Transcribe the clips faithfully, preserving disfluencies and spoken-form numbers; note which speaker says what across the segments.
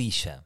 Speaker 1: Picha.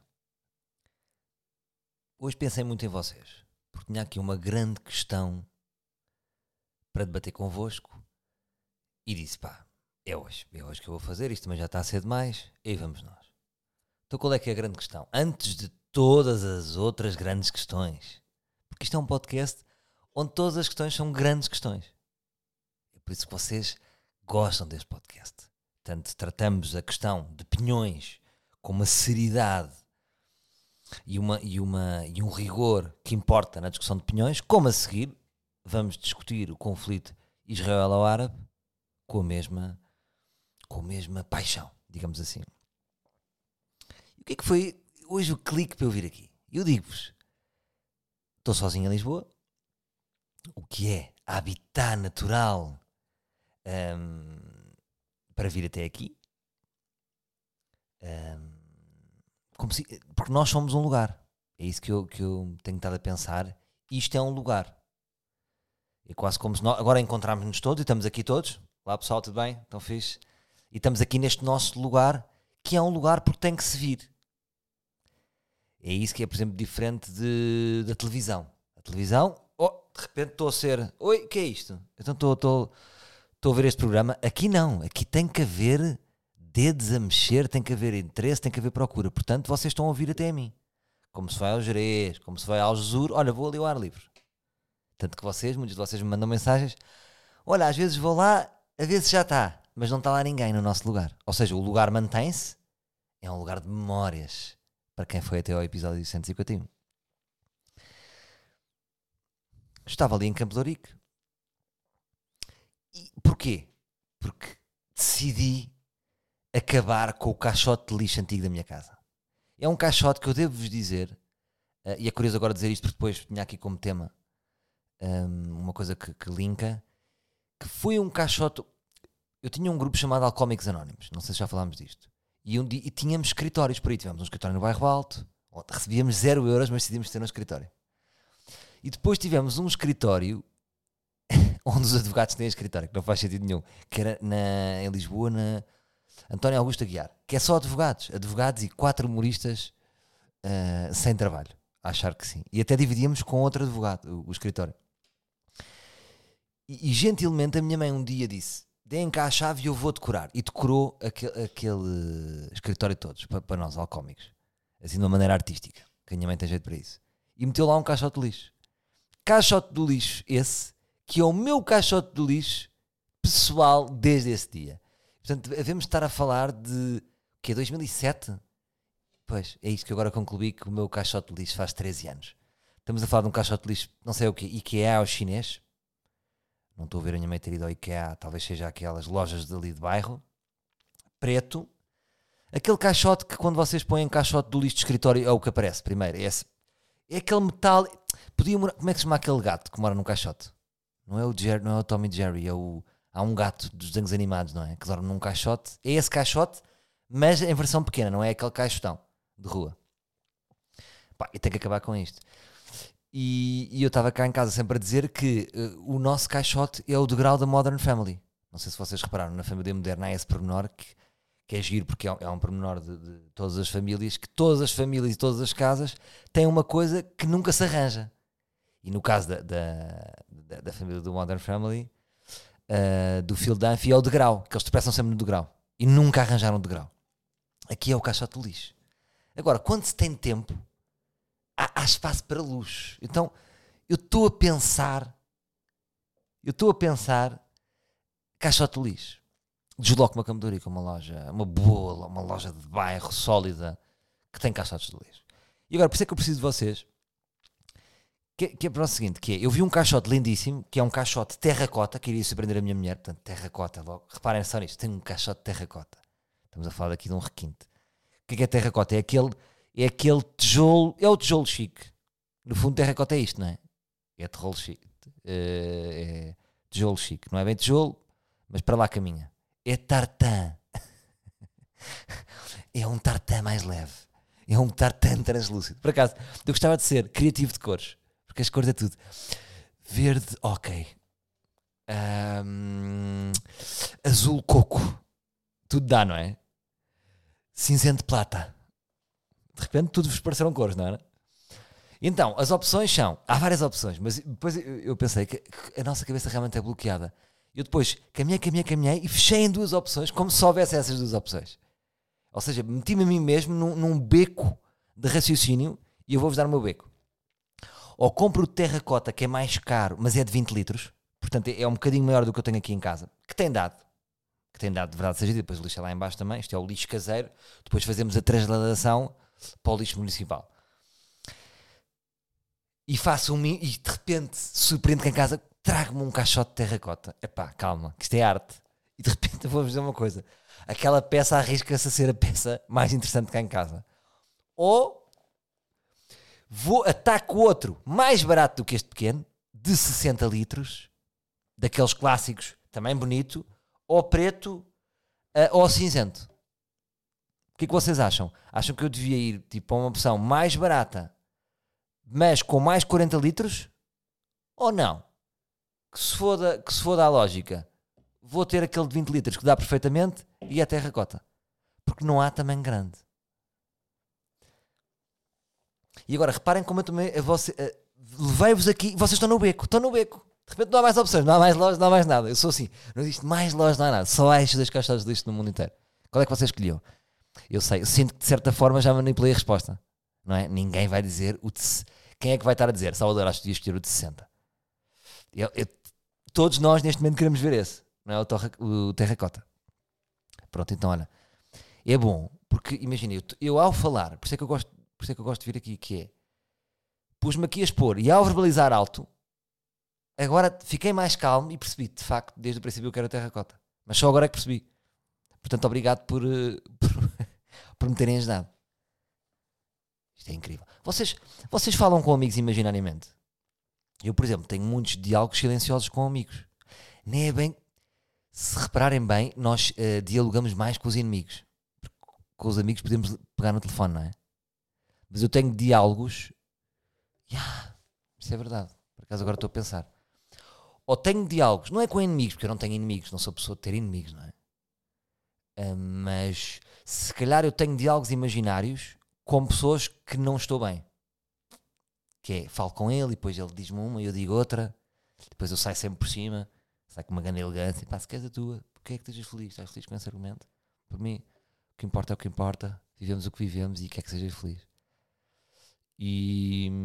Speaker 1: Hoje pensei muito em vocês, porque tinha aqui uma grande questão para debater convosco e disse, pá, é hoje, é hoje que eu vou fazer, isto também já está a ser demais, e aí vamos nós. Então qual é que é a grande questão? Antes de todas as outras grandes questões, porque isto é um podcast onde todas as questões são grandes questões. É por isso que vocês gostam deste podcast. Portanto, tratamos a questão de Pinhões com uma seriedade e, uma, e, uma, e um rigor que importa na discussão de Pinhões, como a seguir vamos discutir o conflito israelo-árabe com a mesma, com a mesma paixão, digamos assim. E o que é que foi hoje o clique para eu vir aqui? Eu digo-vos, estou sozinho em Lisboa, o que é habitat natural hum, para vir até aqui, hum, como se, porque nós somos um lugar, é isso que eu, que eu tenho estado a pensar, isto é um lugar, é quase como se nós, agora encontramos-nos todos e estamos aqui todos, lá pessoal, tudo bem? Estão fixe? E estamos aqui neste nosso lugar, que é um lugar porque tem que se vir. É isso que é, por exemplo, diferente de, da televisão. A televisão, oh, de repente estou a ser, oi, o que é isto? Então estou, estou, estou a ver este programa. Aqui não, aqui tem que haver dedos a mexer, tem que haver interesse, tem que haver procura. Portanto, vocês estão a ouvir até a mim. Como se vai ao Jerez, como se vai ao Jesur, olha, vou ali ao ar livre. Tanto que vocês, muitos de vocês me mandam mensagens, olha, às vezes vou lá, a ver se já está, mas não está lá ninguém no nosso lugar. Ou seja, o lugar mantém-se, é um lugar de memórias, para quem foi até ao episódio cento e cinquenta e um. Estava ali em Campo de Ourique. E porquê? Porque decidi acabar com o caixote de lixo antigo da minha casa. É um caixote que eu devo-vos dizer, uh, e é curioso agora dizer isto porque depois tinha aqui como tema um, uma coisa que, que linka, que foi um caixote. Eu tinha um grupo chamado Alcoólicos Anónimos, não sei se já falámos disto, e, um dia, e tínhamos escritórios por aí, tivemos um escritório no Bairro Alto, recebíamos zero euros, mas decidimos ter um escritório. E depois tivemos um escritório onde os advogados têm escritório, que não faz sentido nenhum, que era na, em Lisboa, na António Augusto Aguiar, que é só advogados, advogados e quatro humoristas uh, sem trabalho, a achar que sim. E até dividíamos com outro advogado, o, o escritório. E, e gentilmente a minha mãe um dia disse, deem cá a chave e eu vou decorar. E decorou aquele, aquele escritório todos, para, para nós, alcoólicos. Assim de uma maneira artística, que a minha mãe tem jeito para isso. E meteu lá um caixote de lixo. Caixote do lixo esse, que é o meu caixote do lixo pessoal desde esse dia. Portanto, devemos estar a falar de... O que é dois mil e sete? Pois, é isto que agora concluí, que o meu caixote de lixo faz treze anos. Estamos a falar de um caixote de lixo, não sei o que, IKEA ou chinês. Não estou a ver a minha mãe ter ido ao IKEA, talvez seja aquelas lojas dali de bairro. Preto. Aquele caixote que quando vocês põem caixote do lixo de escritório é o que aparece primeiro. É, esse. É aquele metal... Podia morar... Como é que se chama aquele gato que mora num caixote? Não é o Jerry, não é o Tommy Jerry, é o... Há um gato dos desenhos animados, não é? Que dorme num caixote. É esse caixote, mas em versão pequena, não é aquele caixotão de rua. Pá, eu tenho que acabar com isto. E, e eu estava cá em casa sempre a dizer que uh, o nosso caixote é o degrau da Modern Family. Não sei se vocês repararam, na família moderna há esse pormenor que, que é giro, porque é, é um pormenor de, de todas as famílias, que todas as famílias e todas as casas têm uma coisa que nunca se arranja. E no caso da, da, da, da família do Modern Family, uh, do Phil Dunphy, é o degrau, que eles tropeçam sempre no degrau. E nunca arranjaram o degrau. Aqui é o caixote de lixo. Agora, quando se tem tempo, há, há espaço para luxo. Então, eu estou a pensar, eu estou a pensar, caixote de lixo. Desloco-me a Campo de Ourique, uma loja, uma boa, uma loja de bairro sólida, que tem caixotes de lixo. E agora, por isso é que eu preciso de vocês, que, que é para o seguinte, que é, eu vi um caixote lindíssimo, que é um caixote terracota, que iria surpreender a minha mulher, portanto, terracota, logo, reparem só nisto, tem um caixote terracota. Estamos a falar aqui de um requinte. O que é que é terracota? É aquele, é aquele tijolo, é o tijolo chique. No fundo, terracota é isto, não é? É tijolo chique. É, é tijolo chique. Não é bem tijolo, mas para lá caminha. É tartan. É um tartan mais leve. É um tartan translúcido. Por acaso, eu gostava de ser criativo de cores, porque as cores é tudo. Verde, ok. Um, azul coco. Tudo dá, não é? Cinzento plata. De repente tudo vos pareceram cores, não era? Então, as opções são... Há várias opções, mas depois eu, eu pensei que, que a nossa cabeça realmente é bloqueada. Eu depois caminhei, caminhei, caminhei e fechei em duas opções, como se houvesse essas duas opções. Ou seja, meti-me a mim mesmo num, num beco de raciocínio e eu vou-vos dar o meu beco. Ou compro o terracota, que é mais caro, mas é de vinte litros, portanto é um bocadinho maior do que eu tenho aqui em casa, que tem dado, que tem dado de verdade seja dito, depois o lixo é lá em baixo também, isto é o lixo caseiro, depois fazemos a transladação para o lixo municipal. E faço um, e de repente surpreendo que em casa trago-me um caixote de terracota. Epá, calma, que isto é arte. E de repente vou-vos dizer uma coisa, aquela peça arrisca-se a ser a peça mais interessante cá em casa. Ou vou, ataco outro mais barato do que este pequeno, de sessenta litros, daqueles clássicos, também bonito, ou preto, uh, ou cinzento. O que é que vocês acham? Acham que eu devia ir tipo, a uma opção mais barata, mas com mais quarenta litros? Ou não? Que se for da, que se for da lógica, vou ter aquele de vinte litros que dá perfeitamente e a terracota. Porque não há tamanho grande. E agora, reparem como eu também... Você, uh, levei-vos aqui... Vocês estão no beco. Estão no beco. De repente não há mais opções. Não há mais lojas, não há mais nada. Eu sou assim. Não existe mais lojas, não há nada. Só há estes dois caixotes de lixo no mundo inteiro. Qual é que vocês escolhiam? Eu sei. Eu sinto que de certa forma já manipulei a resposta. Não é? Ninguém vai dizer o de... Quem é que vai estar a dizer? Salvador, acho que devia escolher o de sessenta. Eu, eu, todos nós neste momento queremos ver esse. Não é o, torra, o terracota. Pronto, então olha. É bom. Porque imagina, eu, eu ao falar... Por isso é que eu gosto... Por isso é que eu gosto de vir aqui, que é, pus-me aqui a expor e ao verbalizar alto, agora fiquei mais calmo e percebi, de facto, desde o princípio eu quero a terracota. Mas só agora é que percebi. Portanto, obrigado por, por, por me terem ajudado. Isto é incrível. Vocês, vocês falam com amigos imaginariamente? Eu, por exemplo, tenho muitos diálogos silenciosos com amigos. Nem é bem... Se repararem bem, nós uh, dialogamos mais com os inimigos. Porque com os amigos podemos pegar no telefone, não é? Mas eu tenho diálogos... Yeah, isso é verdade. Por acaso agora estou a pensar. Ou tenho diálogos... Não é com inimigos, porque eu não tenho inimigos. Não sou pessoa de ter inimigos, não é? Uh, mas se calhar eu tenho diálogos imaginários com pessoas que não estou bem. Que é, falo com ele e depois ele diz-me uma e eu digo outra. Depois eu saio sempre por cima. Saio com uma grande elegância. Pá, se queres a tua, porque é que estejas feliz? Estás feliz com esse argumento? Por mim, o que importa é o que importa. Vivemos o que vivemos e quer que sejas feliz. E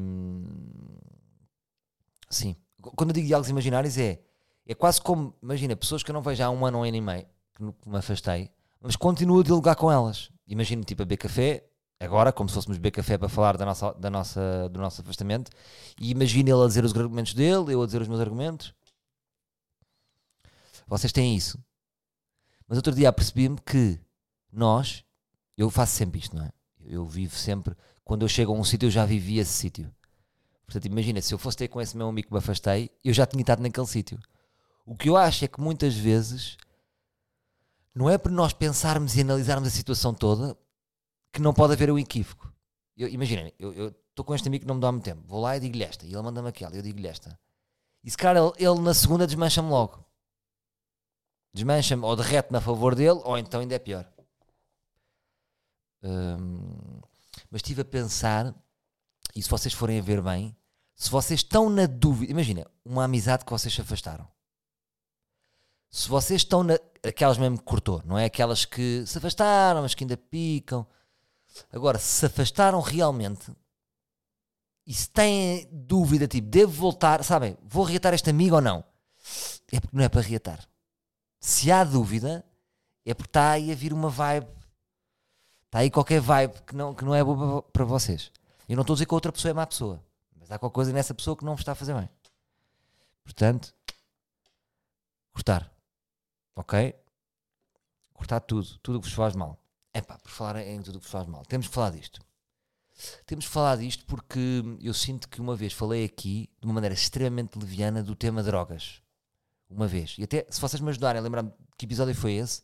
Speaker 1: sim, quando eu digo diálogos imaginários é, é quase como, imagina, pessoas que eu não vejo há um ano ou um ano e meio, que me afastei, mas continuo a dialogar com elas. Imagino tipo a beber café, agora como se fôssemos beber café para falar da nossa, da nossa, do nosso afastamento, e imagino ele a dizer os argumentos dele, eu a dizer os meus argumentos. Vocês têm isso. Mas outro dia apercebi-me que nós, eu faço sempre isto, não é? Eu vivo sempre... Quando eu chego a um sítio, eu já vivi esse sítio. Portanto, imagina, se eu fosse ter com esse meu amigo que me afastei, eu já tinha estado naquele sítio. O que eu acho é que muitas vezes não é por nós pensarmos e analisarmos a situação toda que não pode haver um equívoco. Imaginem, eu estou com este amigo que não me dá muito tempo. Vou lá e digo-lhe esta. E ele manda-me aquela. E eu digo-lhe esta. E se calhar ele, ele na segunda desmancha-me logo. Desmancha-me ou derrete-me a favor dele, ou então ainda é pior. Hum... Mas estive a pensar, e se vocês forem a ver bem, se vocês estão na dúvida, imagina, uma amizade que vocês se afastaram. Se vocês estão na, aquelas mesmo que cortou, não é aquelas que se afastaram, mas que ainda picam. Agora, se afastaram realmente, e se têm dúvida, tipo, devo voltar, sabem, vou reatar este amigo ou não? É porque não é para reatar. Se há dúvida, é porque está aí a vir uma vibe. Está aí qualquer vibe que não, que não é boa para vocês. Eu não estou a dizer que a outra pessoa é má pessoa. Mas há qualquer coisa nessa pessoa que não vos está a fazer bem. Portanto, cortar. Ok? Cortar tudo. Tudo o que vos faz mal. Epá, por falar em tudo o que vos faz mal. Temos que falar disto. Temos que falar disto porque eu sinto que uma vez falei aqui, de uma maneira extremamente leviana, do tema drogas. Uma vez. E até, se vocês me ajudarem a lembrar-me que episódio foi esse...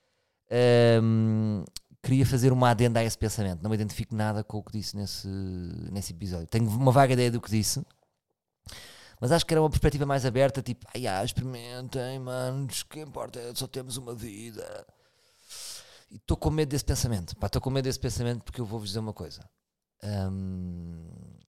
Speaker 1: Um, queria fazer uma adenda a esse pensamento. Não me identifico nada com o que disse nesse, nesse episódio. Tenho uma vaga ideia do que disse, mas acho que era uma perspectiva mais aberta, tipo, ai, ah, experimentem, manos, o que importa é só temos uma vida. E estou com medo desse pensamento. Pá, estou com medo desse pensamento porque eu vou-vos dizer uma coisa. Hum...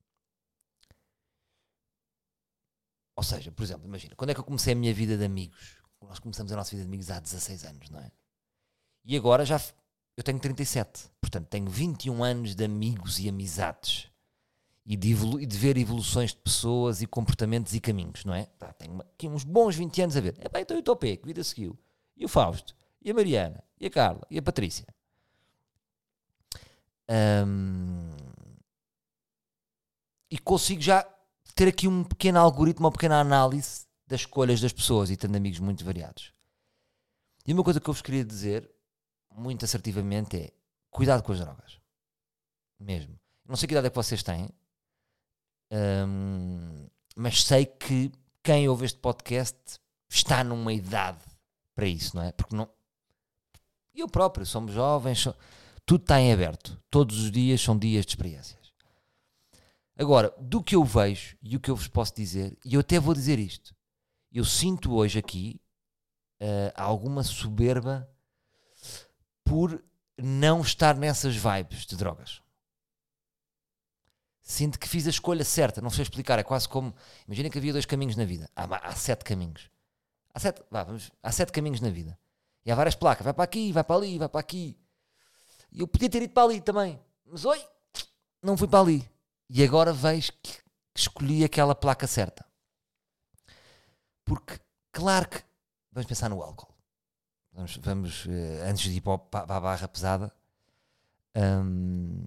Speaker 1: Ou seja, por exemplo, imagina, quando é que eu comecei a minha vida de amigos? Nós começamos a nossa vida de amigos há dezasseis anos, não é? E agora já... Eu tenho trinta e sete. Portanto, tenho vinte e um anos de amigos e amizades. E de, evolu- e de ver evoluções de pessoas e comportamentos e caminhos, não é? Pá, tenho uma- aqui uns bons vinte anos a ver. É pá, então e o Topé, que vida seguiu? E o Fausto? E a Mariana? E a Carla? E a Patrícia? Hum, e consigo já ter aqui um pequeno algoritmo, uma pequena análise das escolhas das pessoas e tendo amigos muito variados. E uma coisa que eu vos queria dizer, muito assertivamente, é cuidado com as drogas. Mesmo. Não sei que idade é que vocês têm, hum, mas sei que quem ouve este podcast está numa idade para isso, não é? Porque não... Eu próprio, somos jovens, so... tudo está em aberto. Todos os dias são dias de experiências. Agora, do que eu vejo e o que eu vos posso dizer, e eu até vou dizer isto, eu sinto hoje aqui uh, alguma soberba por não estar nessas vibes de drogas. Sinto que fiz a escolha certa, não sei explicar, é quase como, imagina que havia dois caminhos na vida, há, há sete caminhos, há sete, vá, vamos, há sete caminhos na vida, e há várias placas, vai para aqui, vai para ali, vai para aqui, e eu podia ter ido para ali também, mas oi, não fui para ali, e agora vejo que, que escolhi aquela placa certa, porque, claro que, vamos pensar no álcool, vamos, vamos uh, antes de ir para, para a barra pesada, hum,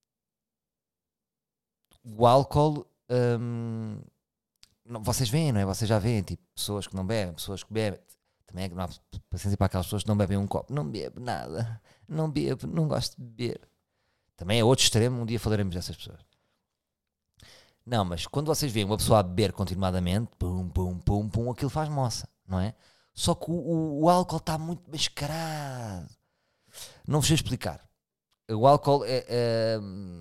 Speaker 1: o álcool, hum, não, vocês veem, não é? Vocês já veem, tipo, pessoas que não bebem, pessoas que bebem. Também é que não há paciência para aquelas pessoas que não bebem um copo. Não bebo nada, não bebo, não gosto de beber. Também é outro extremo, um dia falaremos dessas pessoas. Não, mas quando vocês veem uma pessoa a beber continuadamente, pum, pum, pum, pum, aquilo faz moça, não é? Só que o, o, o álcool está muito mascarado. Não vos sei explicar. O álcool é... é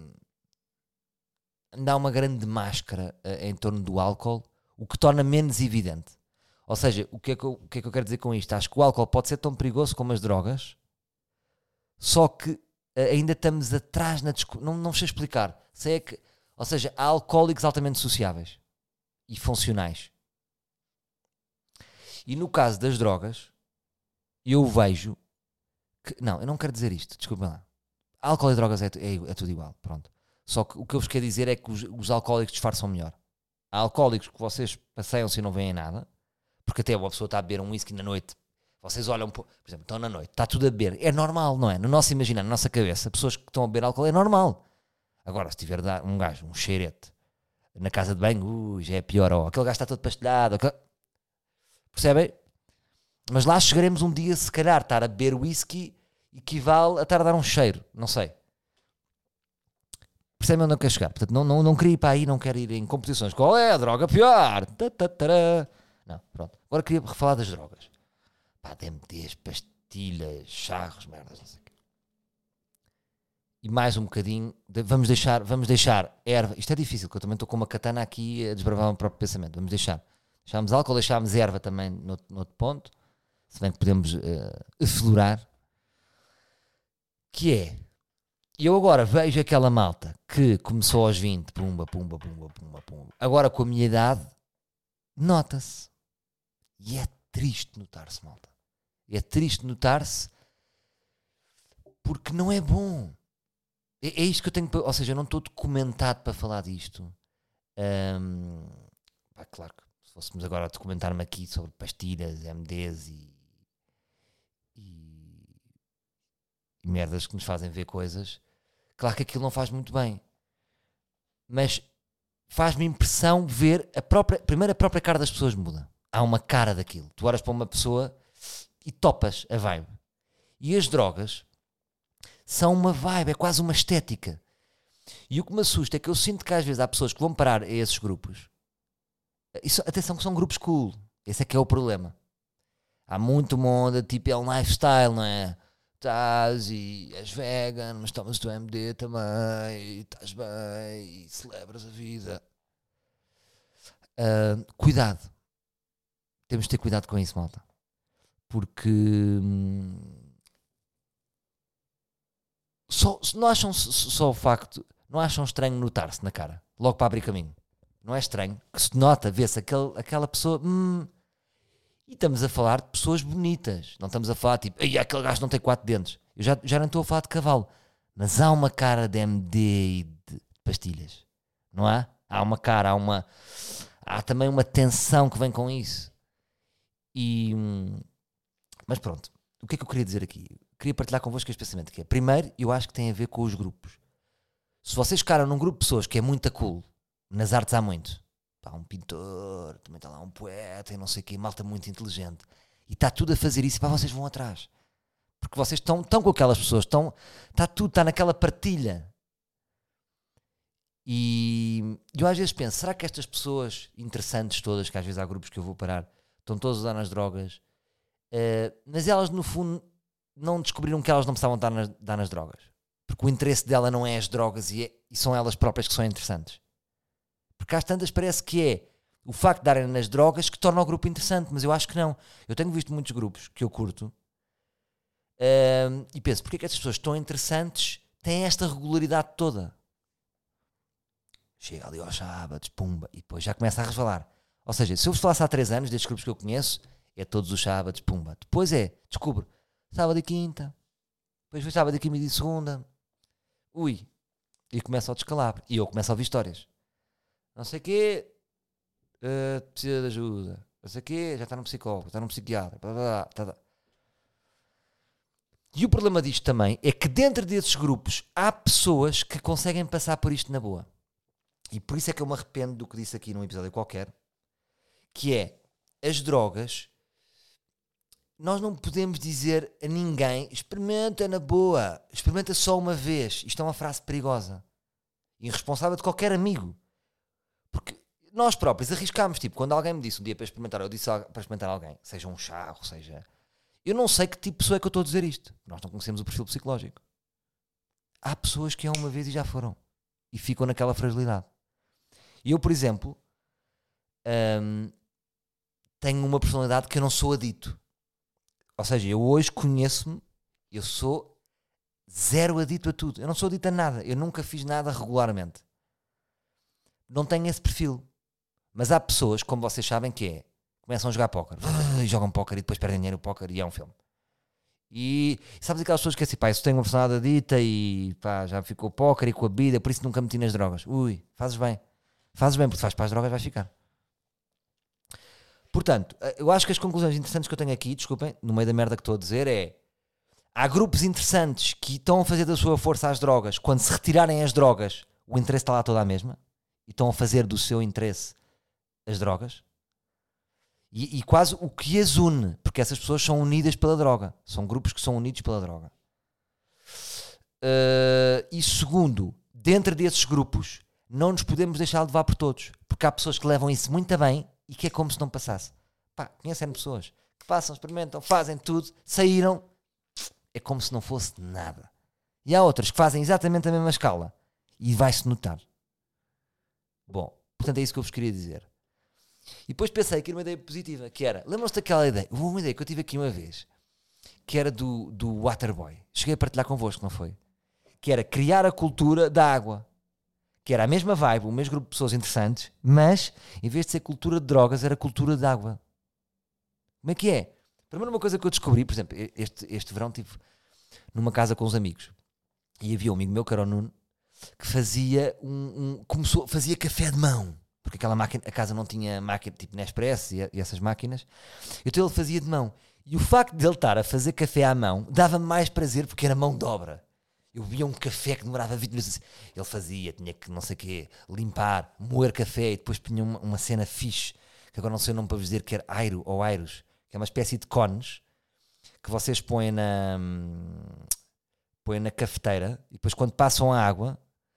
Speaker 1: dá uma grande máscara uh, em torno do álcool, o que torna menos evidente. Ou seja, o que, é que eu, o que é que eu quero dizer com isto? Acho que o álcool pode ser tão perigoso como as drogas, só que uh, ainda estamos atrás na discussão. Não, não sei explicar. Sei é que, ou seja, há alcoólicos altamente sociáveis e funcionais. E no caso das drogas, eu vejo que... Não, eu não quero dizer isto, desculpem lá. Álcool e drogas é, é, é tudo igual, pronto. Só que o que eu vos quero dizer é que os, os alcoólicos disfarçam melhor. Há alcoólicos que vocês passeiam-se e não veem nada, porque até uma pessoa está a beber um whisky na noite, vocês olham, por exemplo, estão na noite, está tudo a beber, é normal, não é? No nosso imaginário, na nossa cabeça, pessoas que estão a beber álcool é normal. Agora, se tiver um gajo, um cheirete, na casa de banho, ui, já é pior, ó, aquele gajo está todo pastelhado, aquele... percebem? Mas lá chegaremos um dia, se calhar, estar a beber whisky equivale a estar a dar um cheiro, não sei. Percebem onde eu quero chegar? Portanto, não, não, não queria ir para aí, não quero ir em competições. Qual é a droga pior? Tatatara. Não, pronto. Agora queria falar das drogas. Pá, D M Ts, pastilhas, charros, merdas, não sei o quê. E mais um bocadinho, de, vamos deixar, vamos deixar erva. Isto é difícil, porque eu também estou com uma katana aqui a desbravar o meu próprio pensamento. Vamos deixar. Deixámos álcool, deixámos erva também no, no outro ponto. Se bem que podemos uh, aflorar. Que é... E eu agora vejo aquela malta que começou aos vinte, pumba, pumba, pumba, pumba, pumba. Agora com a minha idade, nota-se. E é triste notar-se, malta. É triste notar-se porque não é bom. É, é isto que eu tenho para... Ou seja, eu não estou documentado para falar disto. Um, pá, claro que se fôssemos agora documentar-me aqui sobre pastilhas, M Ds e, e, e merdas que nos fazem ver coisas... Claro que aquilo não faz muito bem, mas faz-me impressão ver a própria, primeiro a própria cara das pessoas muda. Há uma cara daquilo. Tu olhas para uma pessoa e topas a vibe. E as drogas são uma vibe, é quase uma estética. E o que me assusta é que eu sinto que às vezes há pessoas que vão parar a esses grupos. Isso, atenção que são grupos cool. Esse é que é o problema. Há muito uma onda tipo é um lifestyle, não é? Estás e és vegan, mas tomas o teu M D também, e estás bem, e celebras a vida. Uh, cuidado. Temos de ter cuidado com isso, malta. Porque hum, Só, não acham só o facto, não acham estranho notar-se na cara, logo para abrir caminho? Não é estranho que se nota, vê-se aquele, aquela pessoa. Hum, e estamos a falar de pessoas bonitas, não estamos a falar tipo, ei, aquele gajo não tem quatro dentes. Eu já, já não estou a falar de cavalo, mas há uma cara de M D e de pastilhas, não há? Há uma cara, há uma. Há também uma tensão que vem com isso. E. Hum, mas pronto, o que é que eu queria dizer aqui? Queria partilhar convosco este pensamento que é, primeiro, eu acho que tem a ver com os grupos. Se vocês ficaram num grupo de pessoas que é muito cool, nas artes há muito, pá, um pintor, também está lá um poeta e não sei o quê, malta muito inteligente, e está tudo a fazer isso, e pá, vocês vão atrás. Porque vocês estão, estão com aquelas pessoas, estão, está tudo, está naquela partilha. E eu às vezes penso, será que estas pessoas interessantes todas, que às vezes há grupos que eu vou parar, estão todas a dar nas drogas, uh, mas elas no fundo não descobriram que elas não precisavam dar nas, dar nas drogas. Porque o interesse dela não é as drogas e, é, e são elas próprias que são interessantes. Porque às tantas parece que é o facto de darem nas drogas que torna o grupo interessante, mas eu acho que não. Eu tenho visto muitos grupos que eu curto uh, e penso, porque é que estas pessoas tão interessantes têm esta regularidade toda? Chega ali aos sábados, pumba, e depois já começa a resvalar. Ou seja, se eu vos falasse há três anos destes grupos que eu conheço, é todos os sábados, pumba. Depois é, descubro, sábado e quinta, depois foi sábado e quinta e segunda, ui, e começa o descalabro. E eu começo a ouvir histórias. Não sei o quê, uh, precisa de ajuda. Não sei o quê, já está no psicólogo, está no psiquiatra. Blá, blá, blá, tá, tá. E o problema disto também é que dentro desses grupos há pessoas que conseguem passar por isto na boa. E por isso é que eu me arrependo do que disse aqui num episódio qualquer, que é, as drogas, nós não podemos dizer a ninguém, experimenta na boa, experimenta só uma vez. Isto é uma frase perigosa, irresponsável de qualquer amigo. Porque nós próprios arriscámos, tipo, quando alguém me disse um dia para experimentar, eu disse para experimentar alguém, seja um charro, seja... Eu não sei que tipo de pessoa é que eu estou a dizer isto. Nós não conhecemos o perfil psicológico. Há pessoas que é uma vez e já foram. E ficam naquela fragilidade. E eu, por exemplo, hum, tenho uma personalidade que eu não sou adito. Ou seja, eu hoje conheço-me, eu sou zero adito a tudo. Eu não sou adito a nada. Eu nunca fiz nada regularmente. Não tenho esse perfil. Mas há pessoas, como vocês sabem, que é, começam a jogar póquer. E jogam póquer e depois perdem dinheiro no póquer e é um filme. E sabes aquelas pessoas que é assim, pá, isso tem uma personalidade adita e pá, já ficou póquer e com a bebida, por isso nunca meti nas drogas. Ui, fazes bem. Fazes bem, porque fazes para as drogas, vais ficar. Portanto, eu acho que as conclusões interessantes que eu tenho aqui, desculpem, no meio da merda que estou a dizer, é, há grupos interessantes que estão a fazer da sua força às drogas. Quando se retirarem as drogas, o interesse está lá toda a mesma. E estão a fazer do seu interesse as drogas. E, e quase o que as une, porque essas pessoas são unidas pela droga. São grupos que são unidos pela droga. Uh, e segundo, dentro desses grupos, não nos podemos deixar levar por todos, porque há pessoas que levam isso muito bem e que é como se não passasse. Pá, conhecem pessoas que passam, experimentam, fazem tudo, saíram, é como se não fosse nada. E há outras que fazem exatamente a mesma escala e vai-se notar. Bom, portanto é isso que eu vos queria dizer. E depois pensei que era uma ideia positiva, que era, lembram-se daquela ideia, uma ideia que eu tive aqui uma vez, que era do, do Waterboy. Cheguei a partilhar convosco, não foi? Que era criar a cultura da água. Que era a mesma vibe, o mesmo grupo de pessoas interessantes, mas em vez de ser cultura de drogas, era cultura de água. Como é que é? Primeiro, uma coisa que eu descobri, por exemplo, este, este verão estive numa casa com uns amigos e havia um amigo meu, que era o Nuno, que fazia um, um começou, fazia café de mão, porque aquela máquina, a casa não tinha máquina tipo Nespresso e, e essas máquinas, então ele fazia de mão. E o facto de ele estar a fazer café à mão dava-me mais prazer porque era mão de obra. Eu bebia um café que demorava vinte minutos. Ele fazia, tinha que, não sei o quê, limpar, moer café e depois punha uma, uma cena fixe, que agora não sei o nome para vos dizer, que era airo ou airos, que é uma espécie de cones que vocês põem na, põem na cafeteira e depois quando passam a água,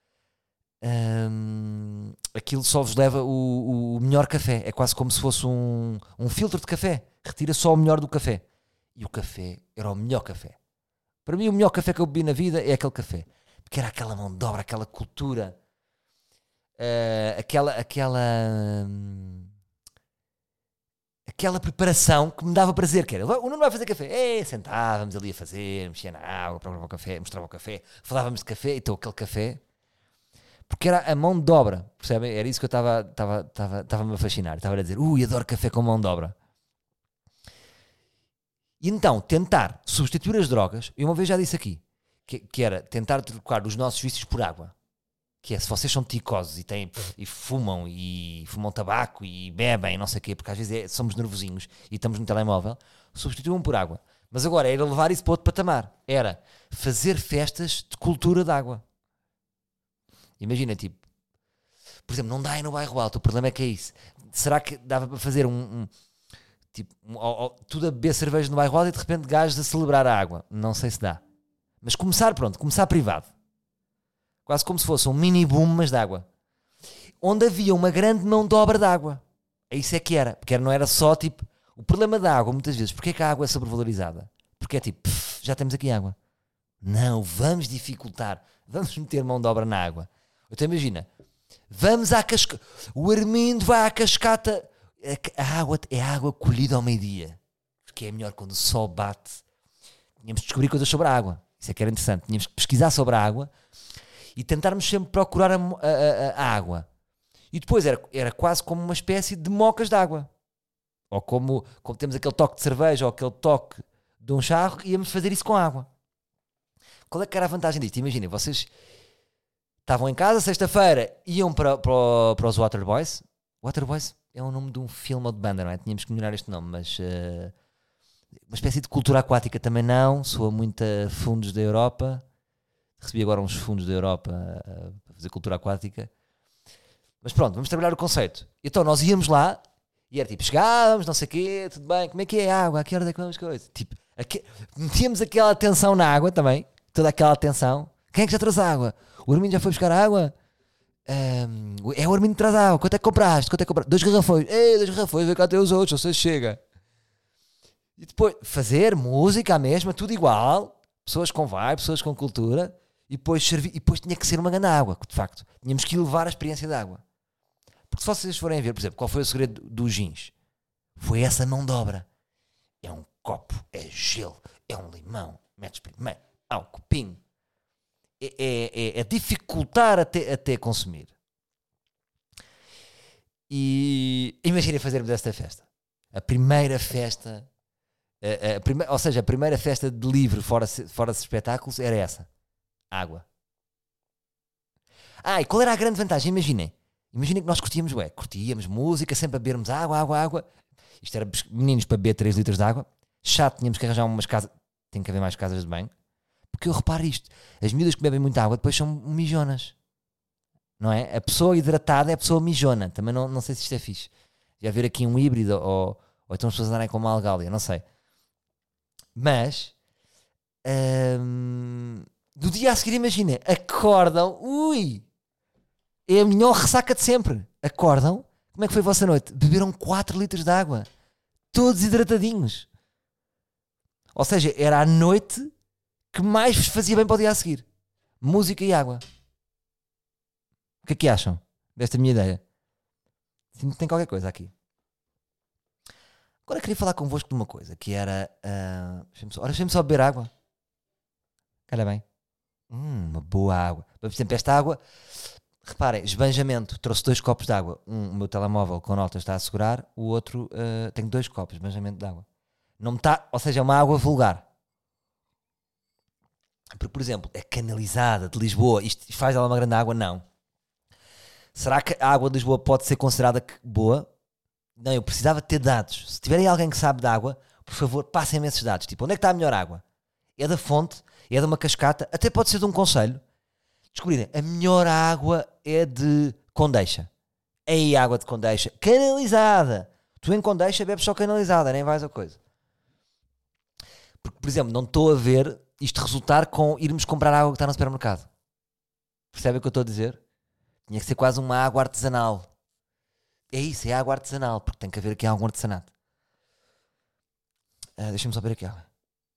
Speaker 1: hum, aquilo só vos leva o, o melhor café. É quase como se fosse um, um filtro de café. Retira só o melhor do café. E o café era o melhor café. Para mim o melhor café que eu bebi na vida é aquele café. Porque era aquela mão de obra, aquela cultura, uh, aquela, aquela, hum, aquela preparação que me dava prazer, que era, o Nuno vai fazer café, é, sentávamos ali a fazer, mexia na água, procurava o café, mostrava o café, falávamos de café, então aquele café, porque era a mão de obra, percebem? Era isso que eu estava estava estava estava-me a fascinar, estava a dizer, ui, adoro café com mão de obra. E então, tentar substituir as drogas, eu uma vez já disse aqui, que, que era tentar trocar os nossos vícios por água. Que é, se vocês são ticosos e, têm, e fumam, e fumam tabaco, e bebem, não sei o quê, porque às vezes é, somos nervosinhos e estamos no telemóvel, substituam por água. Mas agora era levar isso para outro patamar. Era fazer festas de cultura de água. Imagina, tipo, por exemplo, não dá aí no bairro alto, o problema é que é isso. Será que dava para fazer um... um tipo, um, ou, ou, tudo a beber cerveja no bairro alto e de repente gajos a celebrar a água? Não sei se dá. Mas começar, pronto, começar privado. Quase como se fosse um mini boom, mas de água. Onde havia uma grande mão de obra de água. Isso é que era. Porque não era só tipo... O problema da água, muitas vezes, porque é que a água é sobrevalorizada? Porque é tipo, pff, já temos aqui água. Não, vamos dificultar. Vamos meter mão de obra na água. Então imagina, vamos à cascata. O Armindo vai à cascata. A água é água colhida ao meio-dia. Porque é melhor quando o sol bate. Tínhamos de descobrir coisas sobre a água. Isso é que era interessante. Tínhamos que pesquisar sobre a água e tentarmos sempre procurar a, a, a, a água. E depois era, era quase como uma espécie de mocas de água. Ou como, como temos aquele toque de cerveja ou aquele toque de um charro, íamos fazer isso com água. Qual é que era a vantagem disto? Imaginem, vocês estavam em casa, sexta-feira, iam para, para, para os Waterboys. Waterboys é o nome de um filme ou de banda, não é? Tínhamos que melhorar este nome, mas... Uh, uma espécie de cultura aquática também não. Soa muito a fundos da Europa. Recebi agora uns fundos da Europa para fazer cultura aquática. Mas pronto, vamos trabalhar o conceito. Então nós íamos lá e era tipo, chegávamos, não sei o quê, tudo bem, como é que é a água? A que hora é que vamos coisa? Tipo, aqui, metíamos aquela atenção na água também, toda aquela atenção. Quem é que já trouxe água? O Armindo já foi buscar água? Um, é o Armindo que traz água. Quanto é que compraste? Quanto é que compraste? Dois garrafões. Ei, dois garrafões, vê cá até os outros, ou seja, chega. E depois fazer música a mesma, tudo igual, pessoas com vibe, pessoas com cultura. E depois, servi- e depois tinha que ser uma grande água, de facto. Tínhamos que elevar a experiência da água. Porque se vocês forem ver, por exemplo, qual foi o segredo dos gins? Foi essa mão de obra. É um copo, é gelo, é um limão. Metes primeiro, há um copinho. É, é, é, é dificultar até, até consumir. E imaginem fazermos esta festa. A primeira festa, a, a prime- ou seja, a primeira festa de livre fora, fora de espetáculos era essa. Água. Ah, e qual era a grande vantagem? Imaginem. Imaginem que nós curtíamos, ué, curtíamos música, sempre a bebermos água, água, água. Isto era meninos para beber três litros de água. Chato, tínhamos que arranjar umas casas. Tem que haver mais casas de banho. Porque eu reparo isto. As miúdas que bebem muita água depois são mijonas. Não é? A pessoa hidratada é a pessoa mijona. Também não, não sei se isto é fixe. Já ver aqui um híbrido ou, ou então as pessoas andarem com uma algália, não sei. Mas... Hum, do dia a seguir, imagina, acordam, ui, é a melhor ressaca de sempre. Acordam, como é que foi a vossa noite? Beberam quatro litros de água, todos hidratadinhos. Ou seja, era a noite que mais vos fazia bem para o dia a seguir. Música e água. O que é que acham desta minha ideia? Sinto que tem qualquer coisa aqui. Agora queria falar convosco de uma coisa, que era... Uh, deixa-me só, ora, deixa-me só beber água. Calha bem. Hum, uma boa água. Por exemplo, esta água, reparem, esbanjamento. Trouxe dois copos de água. Um, o meu telemóvel com notas está a segurar, o outro uh, tem dois copos, esbanjamento de água. Não me está, ou seja, é uma água vulgar. Porque, por exemplo, é canalizada de Lisboa. Isto faz ela uma grande água? Não. Será que a água de Lisboa pode ser considerada boa? Não, eu precisava ter dados. Se tiverem alguém que sabe de água, por favor, passem-me esses dados. Tipo, onde é que está a melhor água? É da fonte? É de uma cascata? Até pode ser de um concelho. Descobrirem, a melhor água é de Condeixa. É água de Condeixa. Canalizada. Tu em Condeixa bebes só canalizada, nem vais a coisa. Porque, por exemplo, não estou a ver isto resultar com irmos comprar água que está no supermercado. Percebem o que eu estou a dizer? Tinha que ser quase uma água artesanal. É isso, é água artesanal, porque tem que haver aqui algum artesanato. Uh, Deixa-me só ver aqui água.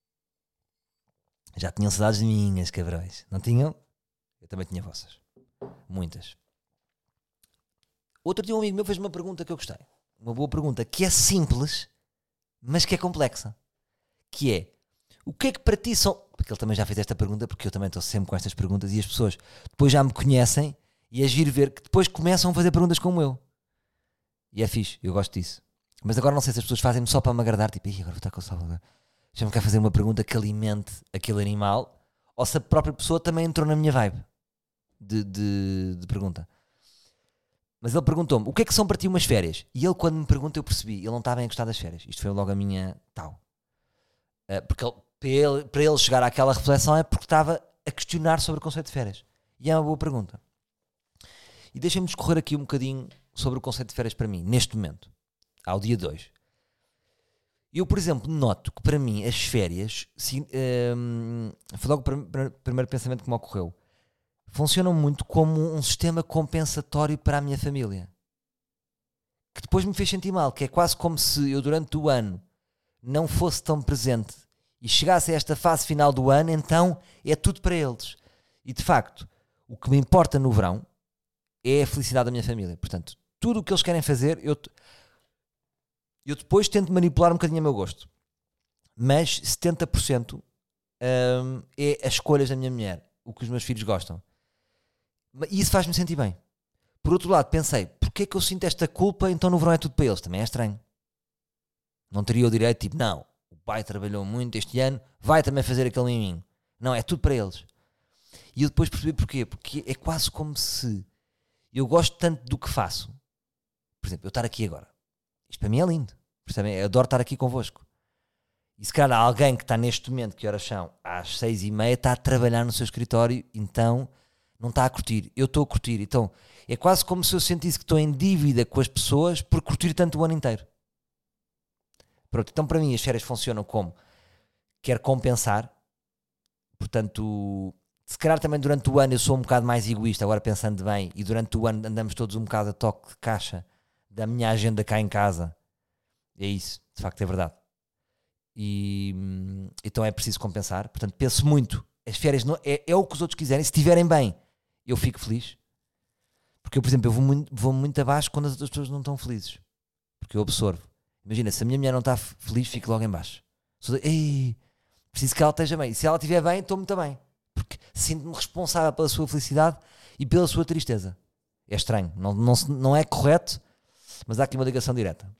Speaker 1: Já tinham saudades minhas, cabrões. Não tinham? Eu também tinha vossas. Muitas. Outro dia um amigo meu fez uma pergunta que eu gostei. uma boa pergunta, que é simples, mas que é complexa. Que é, o que é que para ti são... Porque ele também já fez esta pergunta, porque eu também estou sempre com estas perguntas, e as pessoas depois já me conhecem, e é giro ver que depois começam a fazer perguntas como eu. E é fixe, eu gosto disso. Mas agora não sei se as pessoas fazem-me só para me agradar, tipo, Ih, agora vou estar com o Salvador. Já me quer fazer uma pergunta que alimente aquele animal, ou se a própria pessoa também entrou na minha vibe de, de, de pergunta. Mas ele perguntou-me, o que é que são para ti umas férias? E ele, quando me pergunta, eu percebi, ele não estava bem a gostar das férias. Isto foi logo a minha tal. Uh, porque ele, para, ele, para ele chegar àquela reflexão é porque estava a questionar sobre o conceito de férias. E é uma boa pergunta. E deixem-me discorrer aqui um bocadinho sobre o conceito de férias para mim, neste momento, ao dia de hoje. Eu, por exemplo, noto que para mim as férias, se, um, foi logo o primeiro pensamento que me ocorreu, funcionam muito como um sistema compensatório para a minha família. Que depois me fez sentir mal, que é quase como se eu durante o ano não fosse tão presente e chegasse a esta fase final do ano, então é tudo para eles. E de facto, o que me importa no verão é a felicidade da minha família. Portanto, tudo o que eles querem fazer, eu, eu depois tento manipular um bocadinho a meu gosto. Mas setenta por cento hum, é as escolhas da minha mulher, o que os meus filhos gostam. E isso faz-me sentir bem. Por outro lado, pensei, porquê é que eu sinto esta culpa, então no verão é tudo para eles? Também é estranho. Não teria o direito, tipo, não, o pai trabalhou muito este ano, vai também fazer aquele miminho. Não, é tudo para eles. E eu depois percebi porquê. Porque é quase como se eu gosto tanto do que faço. Por exemplo, eu estar aqui agora. Isto para mim é lindo. Percebem? Eu adoro estar aqui convosco. E se calhar alguém que está neste momento, que horas são? Às seis e meia, está a trabalhar no seu escritório, então não está a curtir. Eu estou a curtir. Então é quase como se eu sentisse que estou em dívida com as pessoas por curtir tanto o ano inteiro. Pronto, então para mim as férias funcionam como quer compensar, portanto, se calhar também durante o ano eu sou um bocado mais egoísta, agora pensando bem, e durante o ano andamos todos um bocado a toque de caixa da minha agenda cá em casa. É isso, de facto é verdade. E então é preciso compensar, portanto penso muito, as férias não, é, é o que os outros quiserem, se estiverem bem, eu fico feliz. Porque eu, por exemplo, eu vou muito, vou muito abaixo quando as outras pessoas não estão felizes, porque eu absorvo. Imagina, se a minha mulher não está feliz, fico logo em baixo. Sou de, Ei, preciso que ela esteja bem. E se ela estiver bem, estou muito bem. Porque sinto-me responsável pela sua felicidade e pela sua tristeza. É estranho. Não, não, não é correto, mas há aqui uma ligação direta.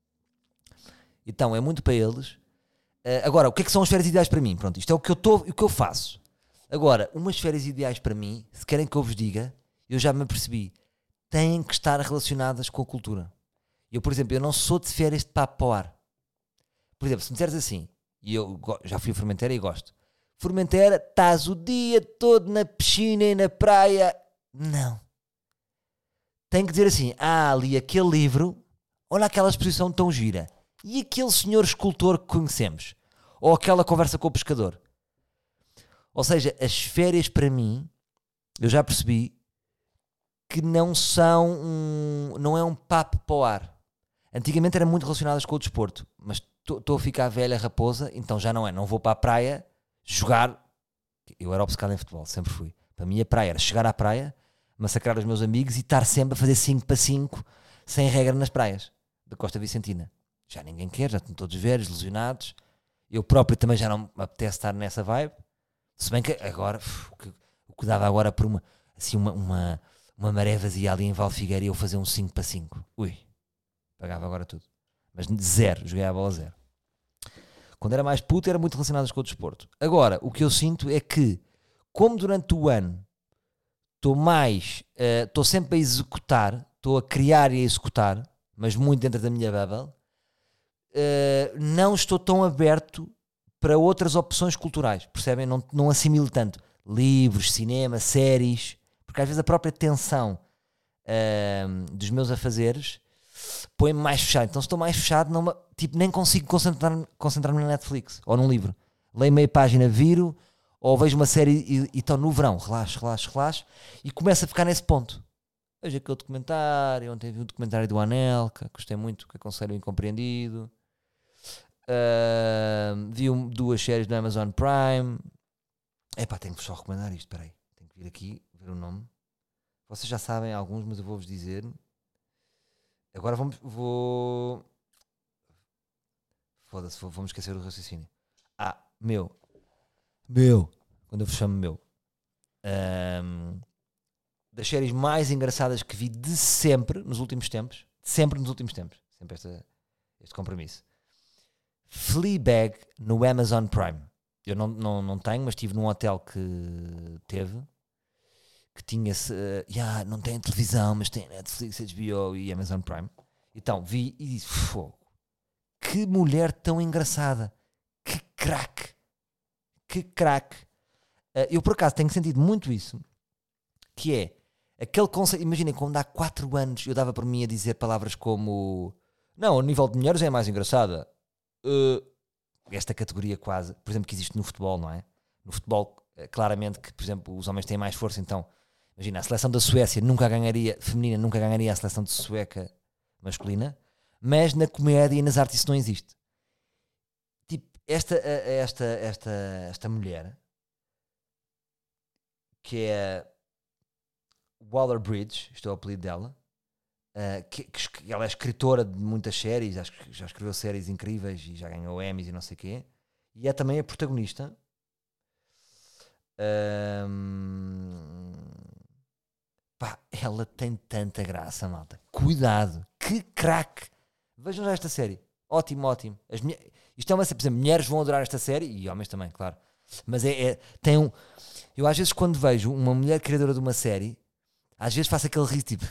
Speaker 1: Então, é muito para eles. Uh, agora, o que é que são as férias ideais para mim? Pronto, isto é o que eu, tô, o que eu faço. Agora, umas férias ideais para mim, se querem que eu vos diga, eu já me apercebi, têm que estar relacionadas com a cultura. Eu, por exemplo, eu não sou de férias de papo para o ar. Por exemplo, se me disseres assim, e eu já fui a Formentera e gosto, Formentera, estás o dia todo na piscina e na praia. Não. Tenho que dizer assim, ah, ali aquele livro, olha aquela exposição tão gira, e aquele senhor escultor que conhecemos, ou aquela conversa com o pescador. Ou seja, as férias para mim, eu já percebi que não são um, não é um papo para o ar. Antigamente eram muito relacionadas com o desporto, mas estou a ficar velha raposa, então já não é. Não vou para a praia jogar. Eu era obcecado em futebol, sempre fui. Para mim a praia era chegar à praia, massacrar os meus amigos e estar sempre a fazer cinco para cinco, sem regra nas praias da Costa Vicentina. Já ninguém quer, já estão todos velhos, lesionados. Eu próprio também já não me apetece estar nessa vibe. Se bem que agora, uf, o, que, o que dava agora por uma, assim, uma, uma, uma maré vazia ali em Valfigueira e eu fazer um cinco para cinco. Ui. Pagava agora tudo. Mas zero, joguei a bola zero. Quando era mais puto era muito relacionado com o desporto. Agora, o que eu sinto é que, como durante o ano estou mais, estou uh, sempre a executar, estou a criar e a executar, mas muito dentro da minha bubble, uh, não estou tão aberto para outras opções culturais, percebem? Não, não assimilo tanto. Livros, cinema, séries, porque às vezes a própria tensão uh, dos meus afazeres põe-me mais fechado. Então se estou mais fechado, não, tipo, nem consigo concentrar-me, concentrar-me na Netflix ou num livro. Leio meia página, viro, ou vejo uma série e estou no verão, relaxo, relaxo, relaxo, e começo a ficar nesse ponto. Vejo aquele documentário, ontem vi um documentário do Anelka, gostei muito, que aconselho o Incompreendido. Uh, vi um, duas séries do Amazon Prime. Epá, tenho que só recomendar isto, espera aí. Tenho que vir aqui, ver o nome. Vocês já sabem alguns, mas eu vou-vos dizer. Agora vamos, vou... Foda-se, vou, vamos esquecer o raciocínio. Ah, meu. Meu. Quando eu vos chamo meu. Um, das séries mais engraçadas que vi de sempre, nos últimos tempos. De sempre nos últimos tempos. Sempre esta, este compromisso. Fleabag no Amazon Prime. Eu não, não, não tenho, mas estive num hotel que teve, que tinha-se, uh, yeah, não tem televisão, mas tem Netflix, H B O e Amazon Prime. Então vi e disse, fogo, que mulher tão engraçada, que craque, que craque. Uh, eu por acaso tenho sentido muito isso, que é aquele conceito, imaginem quando há quatro anos eu dava por mim a dizer palavras como, não, a nível de mulheres é mais engraçada. Uh, esta categoria quase, por exemplo, que existe no futebol, não é? No futebol, claramente que, por exemplo, os homens têm mais força, então, imagina, a seleção da Suécia nunca ganharia, feminina nunca ganharia a seleção de sueca masculina, mas na comédia e nas artes isso não existe. Tipo, esta, esta, esta, esta mulher, que é Waller-Bridge, isto é o apelido dela, Uh, que, que ela é escritora de muitas séries, acho que já escreveu séries incríveis e já ganhou Emmys e não sei o quê, e é também a protagonista. Um, pá, ela tem tanta graça, malta. Cuidado, que craque! Vejam já esta série, ótimo, ótimo. As mulher... Isto é uma série, por exemplo, mulheres vão adorar esta série e homens também, claro. Mas é, é tem um. Eu às vezes, quando vejo uma mulher criadora de uma série, às vezes faço aquele riso tipo.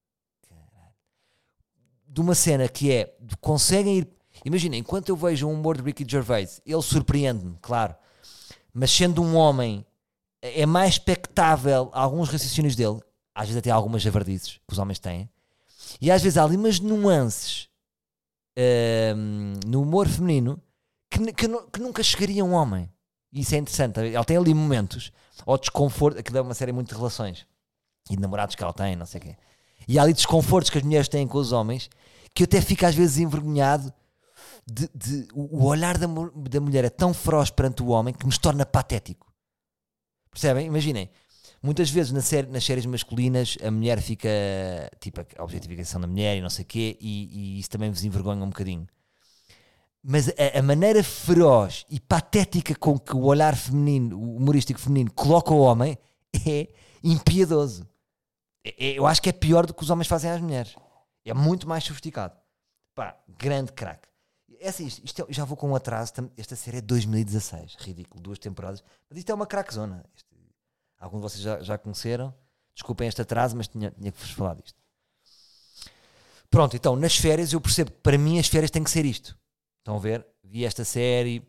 Speaker 1: De uma cena que é, conseguem ir, imagina, enquanto eu vejo um humor de Ricky Gervais, ele surpreende-me, claro, mas sendo um homem, é mais expectável alguns raciocínios dele, às vezes até algumas javardices que os homens têm, e às vezes há ali umas nuances um, no humor feminino que, que, que nunca chegaria a um homem, e isso é interessante, ele tem ali momentos, ou desconforto, aquilo é uma série muito de relações, e de namorados que ela tem, não sei o quê. E há ali desconfortos que as mulheres têm com os homens que eu até fico às vezes envergonhado de, de, o olhar da, da mulher é tão feroz perante o homem que nos torna patético. Percebem? Imaginem, muitas vezes na série, nas séries masculinas a mulher fica, tipo a objetificação da mulher e não sei o quê, e, e isso também vos envergonha um bocadinho. Mas a, a maneira feroz e patética com que o olhar feminino, o humorístico feminino coloca o homem é impiedoso. Eu acho que é pior do que os homens fazem às mulheres. É muito mais sofisticado. Pá, grande craque. Essa, isto, isto é, já vou com um atraso. Esta série é de dois mil e dezasseis. Ridículo, duas temporadas. Mas isto é uma craquezona. Isto, alguns de vocês já, já conheceram. Desculpem este atraso, mas tinha, tinha que vos falar disto. Pronto, então, nas férias eu percebo que para mim as férias têm que ser isto. Estão a ver? Vi esta série.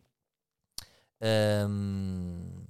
Speaker 1: Hum,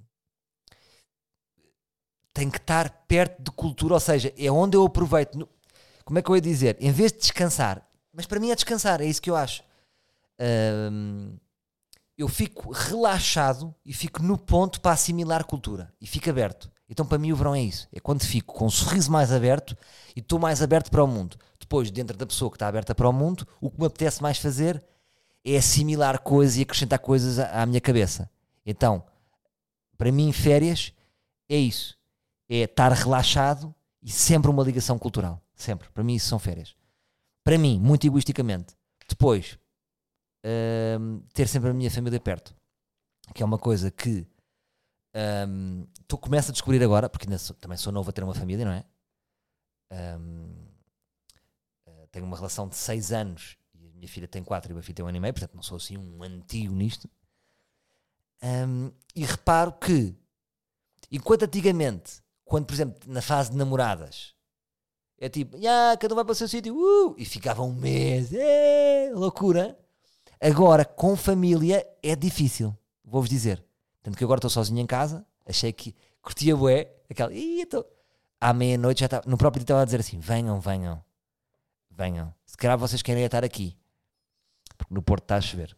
Speaker 1: tem que estar perto de cultura, ou seja, é onde eu aproveito, no, como é que eu ia dizer, em vez de descansar, mas para mim é descansar, é isso que eu acho, hum, eu fico relaxado e fico no ponto para assimilar cultura, e fico aberto. Então para mim o verão é isso, é quando fico com um sorriso mais aberto e estou mais aberto para o mundo. Depois, dentro da pessoa que está aberta para o mundo, o que me apetece mais fazer é assimilar coisas e acrescentar coisas à, à minha cabeça. Então, para mim férias é isso. É estar relaxado e sempre uma ligação cultural. Sempre. Para mim isso são férias. Para mim, muito egoisticamente. Depois, hum, ter sempre a minha família perto. Que é uma coisa que hum, tu começas a descobrir agora, porque ainda sou, também sou novo a ter uma família, não é? Hum, tenho uma relação de seis anos e a minha filha tem quatro e a minha filha tem um ano e meio, portanto não sou assim um antigo nisto. Hum, e reparo que, enquanto antigamente, quando, por exemplo, na fase de namoradas, é tipo, yeah, cada um vai para o seu sítio, uh, e ficava um mês, é, loucura. Agora, com família, é difícil, vou-vos dizer. Tanto que agora estou sozinho em casa, achei que curtia bué, aquela, ih, tô... à meia-noite já estava, no próprio dia estava a dizer assim, venham, venham, venham. Se calhar vocês querem estar aqui, porque no Porto está a chover.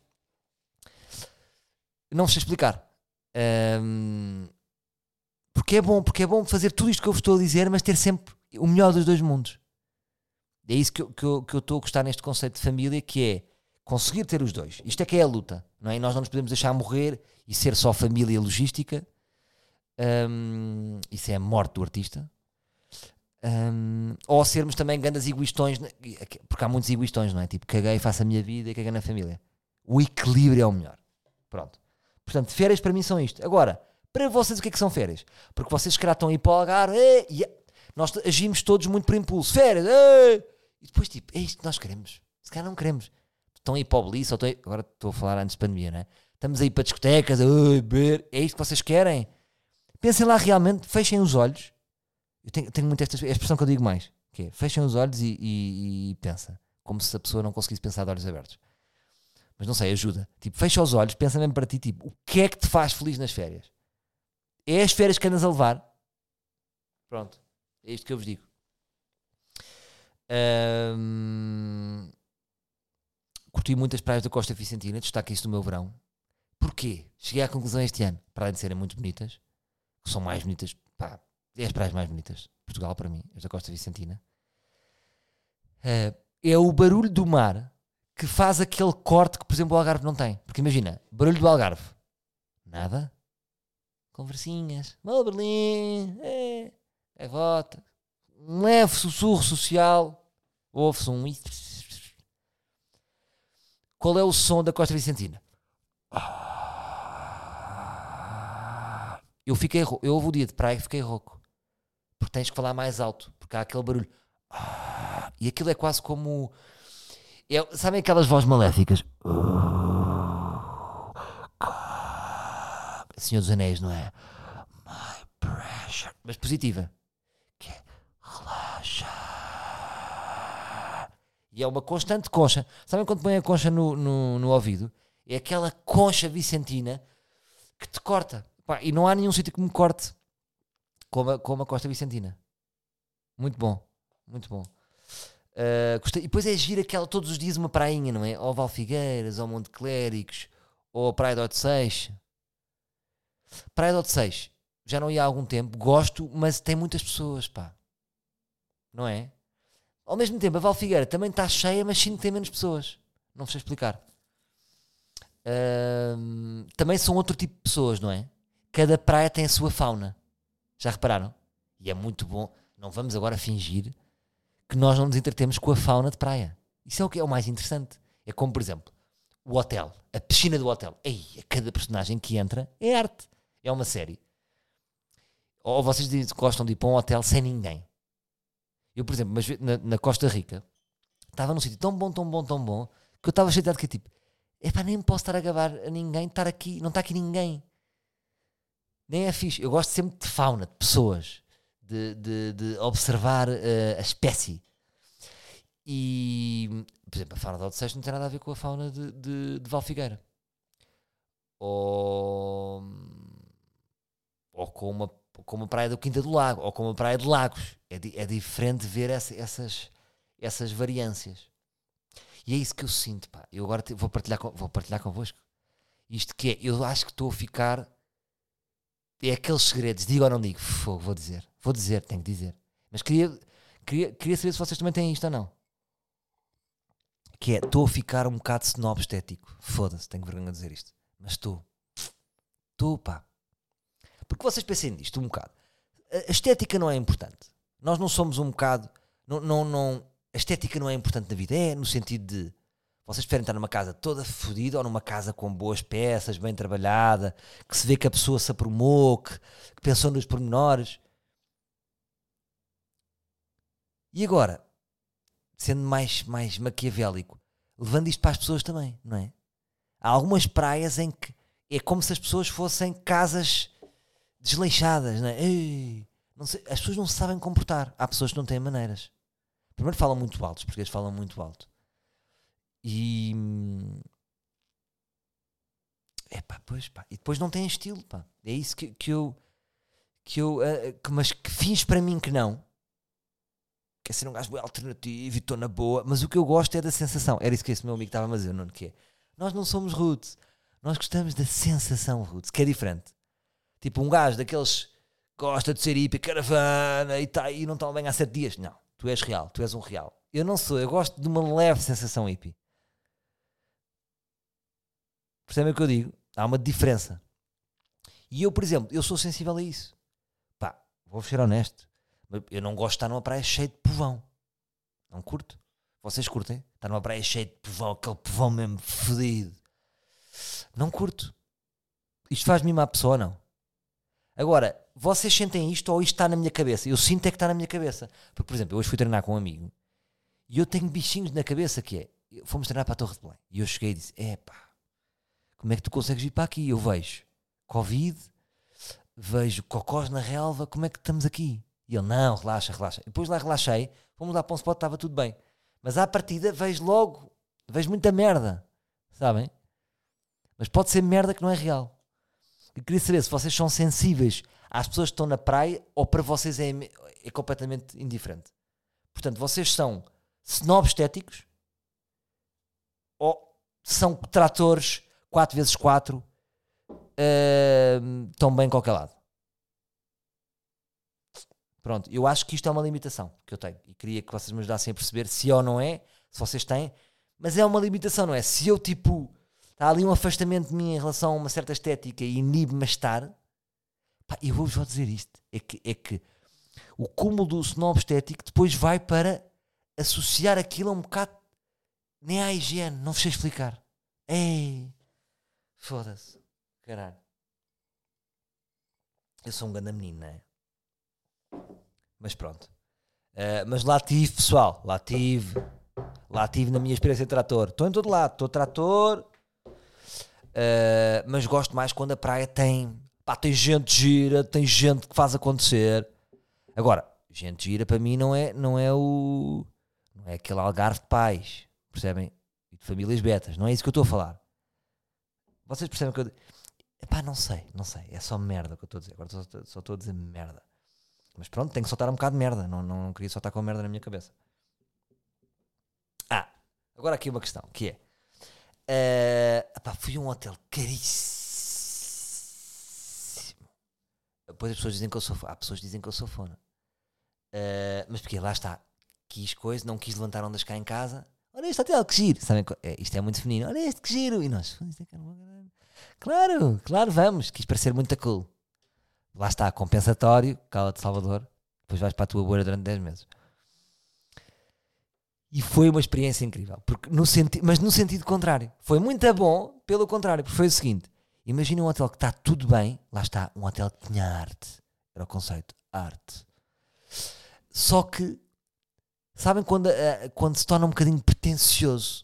Speaker 1: Não sei explicar. Hum... Porque é bom, porque é bom fazer tudo isto que eu vos estou a dizer, mas ter sempre o melhor dos dois mundos. É isso que eu, que eu, que eu estou a gostar neste conceito de família, que é conseguir ter os dois. Isto é que é a luta, não é? E nós não nos podemos deixar morrer e ser só família logística. Um, isso é a morte do artista. Um, ou sermos também grandes egoístões, porque há muitos egoístões, não é? Tipo, caguei, faço a minha vida e caguei na família. O equilíbrio é o melhor. Pronto. Portanto, férias para mim são isto. Agora, para vocês o que é que são férias? Porque vocês se calhar estão a ir para o Algarve, é, yeah. Nós agimos todos muito por impulso. Férias, é. E depois tipo, é isto que nós queremos. Se calhar não queremos. Estão a ir para o Belice, ou estão a ir... agora estou a falar antes de pandemia, não é? Estamos a ir para discotecas, a beber. É isto que vocês querem? Pensem lá realmente, fechem os olhos. Eu tenho, tenho muito esta é a expressão que eu digo mais, que é, fechem os olhos e, e, e pensa, como se a pessoa não conseguisse pensar de olhos abertos. Mas não sei, ajuda. Tipo, fecha os olhos, pensa mesmo para ti, tipo, o que é que te faz feliz nas férias? É as férias que andas a levar? Pronto, é isto que eu vos digo. Hum, curti muitas praias da Costa Vicentina, destaque isso do meu verão. Porquê? Cheguei à conclusão este ano, para além de serem muito bonitas, que são mais bonitas, pá, é as praias mais bonitas de Portugal para mim, as da Costa Vicentina. Uh, é o barulho do mar que faz aquele corte que, por exemplo, o Algarve não tem. Porque imagina, barulho do Algarve, nada, conversinhas, mal Berlim, é, é vota, um leve sussurro social, ouve-se um... Qual é o som da Costa Vicentina? Eu fiquei rouco. Eu houve o dia de praia e fiquei rouco. Porque tens que falar mais alto. Porque há aquele barulho. E aquilo é quase como... É, sabem aquelas vozes maléficas? Senhor dos Anéis, não é? My pressure. Mas positiva. Que é... Relaxa. E é uma constante concha. Sabem quando põem a concha no, no, no ouvido? É aquela concha vicentina que te corta. Pá, e não há nenhum sítio que me corte como a, como a Costa Vicentina. Muito bom. Muito bom. Uh, gostei. E depois é giro aquela todos os dias uma prainha, não é? Ou Valfigueiras, ou Monte Clérigos, ou a Praia de Odeceixe. Praia de Odeceixe. Já não ia há algum tempo. Gosto, mas tem muitas pessoas, pá. Não é? Ao mesmo tempo, a Valfigueira também está cheia, mas sinto que tem menos pessoas. Não vos sei explicar. Uh, também são outro tipo de pessoas, não é? Cada praia tem a sua fauna. Já repararam? E é muito bom. Não vamos agora fingir que nós não nos entretemos com a fauna de praia. Isso é o que é o mais interessante. É como, por exemplo, o hotel. A piscina do hotel. Ei, cada personagem que entra é arte. É uma série. Ou vocês dizem que gostam de ir para um hotel sem ninguém. Eu, por exemplo, mas na, na Costa Rica, estava num sítio tão bom, tão bom, tão bom, que eu estava chateado que é tipo, epá, nem posso estar a gabar a ninguém, estar aqui, não está aqui ninguém. Nem é fixe. Eu gosto sempre de fauna, de pessoas, de, de, de observar uh, a espécie. E, por exemplo, a fauna de Odeceixe não tem nada a ver com a fauna de, de, de Valfigueira. Ou, ou com, uma, com uma praia do Quinta do Lago, ou com uma praia de Lagos. É, di, é diferente ver essa, essas, essas variâncias. E é isso que eu sinto, pá. Eu agora te, vou, partilhar com, vou partilhar convosco. Isto que é, eu acho que estou a ficar... É aqueles segredos, digo ou não digo? Fogo, vou dizer. Vou dizer, tenho que dizer. Mas queria, queria, queria saber se vocês também têm isto ou não. Que é, estou a ficar um bocado snob estético. Foda-se, tenho vergonha de dizer isto. Mas estou. Estou, pá. Porque vocês pensem nisto um bocado. A estética não é importante. Nós não somos um bocado... Não, não, não, a estética não é importante na vida. É no sentido de... Vocês preferem estar numa casa toda fodida ou numa casa com boas peças, bem trabalhada, que se vê que a pessoa se aprumou, que, que pensou nos pormenores. E agora, sendo mais, mais maquiavélico, levando isto para as pessoas também, não é? Há algumas praias em que é como se as pessoas fossem casas desleixadas, não é? Ei, não sei, as pessoas não se sabem comportar. Há pessoas que não têm maneiras. Primeiro falam muito alto, os portugueses falam muito alto. E epá, pois, pá. E depois não tem estilo, pá. É isso que, que eu que eu uh, que, mas que fiz para mim que não quer ser um gajo bem alternativo e estou na boa, mas o que eu gosto é da sensação. Era isso que esse meu amigo estava a dizer, não, que é, nós não somos roots, nós gostamos da sensação roots, que é diferente. Tipo um gajo daqueles que gosta de ser hippie, caravana e, tá, e não está bem há sete dias. Não, tu és real, tu és um real. Eu não sou, eu gosto de uma leve sensação hippie. Percebem o que eu digo? Há uma diferença. E eu, por exemplo, eu sou sensível a isso. Pá, vou ser honesto. Eu não gosto de estar numa praia cheia de povão. Não curto. Vocês curtem? Estar numa praia cheia de povão, aquele povão mesmo fedido. Não curto. Isto faz-me má pessoa ou não? Agora, vocês sentem isto ou isto está na minha cabeça? Eu sinto é que está na minha cabeça. Porque, por exemplo, eu hoje fui treinar com um amigo e eu tenho bichinhos na cabeça que é, fomos treinar para a Torre de Belém. E eu cheguei e disse, epá, como é que tu consegues vir para aqui? Eu vejo Covid, vejo cocós na relva, como é que estamos aqui? E ele, não, relaxa, relaxa. E depois lá relaxei, fomos lá para um spot, estava tudo bem. Mas à partida vejo logo, vejo muita merda, sabem? Mas pode ser merda que não é real. Eu queria saber se vocês são sensíveis às pessoas que estão na praia ou para vocês é, é completamente indiferente. Portanto, vocês são snobs estéticos ou são tratores quatro vezes quatro uh, estão bem em qualquer lado. Pronto, eu acho que isto é uma limitação que eu tenho e queria que vocês me ajudassem a perceber se é ou não é, se vocês têm, mas é uma limitação, não é? Se eu tipo, está ali um afastamento de mim em relação a uma certa estética e inibe-me a estar, pá, eu vou-vos dizer isto, é que, é que o cúmulo do snob estético depois vai para associar aquilo a um bocado, nem à higiene, não vos sei explicar. Ei, foda-se, caralho. Eu sou um grande menino, não é? Mas pronto. Uh, mas lá tive, pessoal. Lá tive. Lá tive na minha experiência de trator. Estou em todo lado. Estou trator. Uh, mas gosto mais quando a praia tem... Pá, tem gente gira. Tem gente que faz acontecer. Agora, gente gira para mim não é, não é o... Não é aquele Algarve de pais. Percebem? E de famílias betas. Não é isso que eu estou a falar. Vocês percebem que eu... Epá, não sei. Não sei. É só merda que eu estou a dizer. Agora só, só estou a dizer merda. Mas pronto, tenho que soltar um bocado de merda. Não, não, não queria soltar com merda na minha cabeça. Ah, agora aqui uma questão, que é... Uh, epá, fui a um hotel caríssimo. Depois as pessoas dizem que eu sou... Há pessoas que dizem que eu sou fona. Uh, mas porque lá está. Quis coisa, não quis levantar ondas cá em casa. Olha este hotel, que giro. Sabem, é, isto é muito feminino. Olha este, que giro. E nós... Claro, claro, vamos. Quis parecer muito cool. Lá está, compensatório, cala de Salvador, depois vais para a tua bolha durante dez meses. E foi uma experiência incrível, porque no senti- mas no sentido contrário. Foi muito bom, pelo contrário, porque foi o seguinte, imagina um hotel que está tudo bem, lá está, um hotel que tinha arte, era o conceito, arte. Só que, sabem quando, uh, quando se torna um bocadinho pretencioso?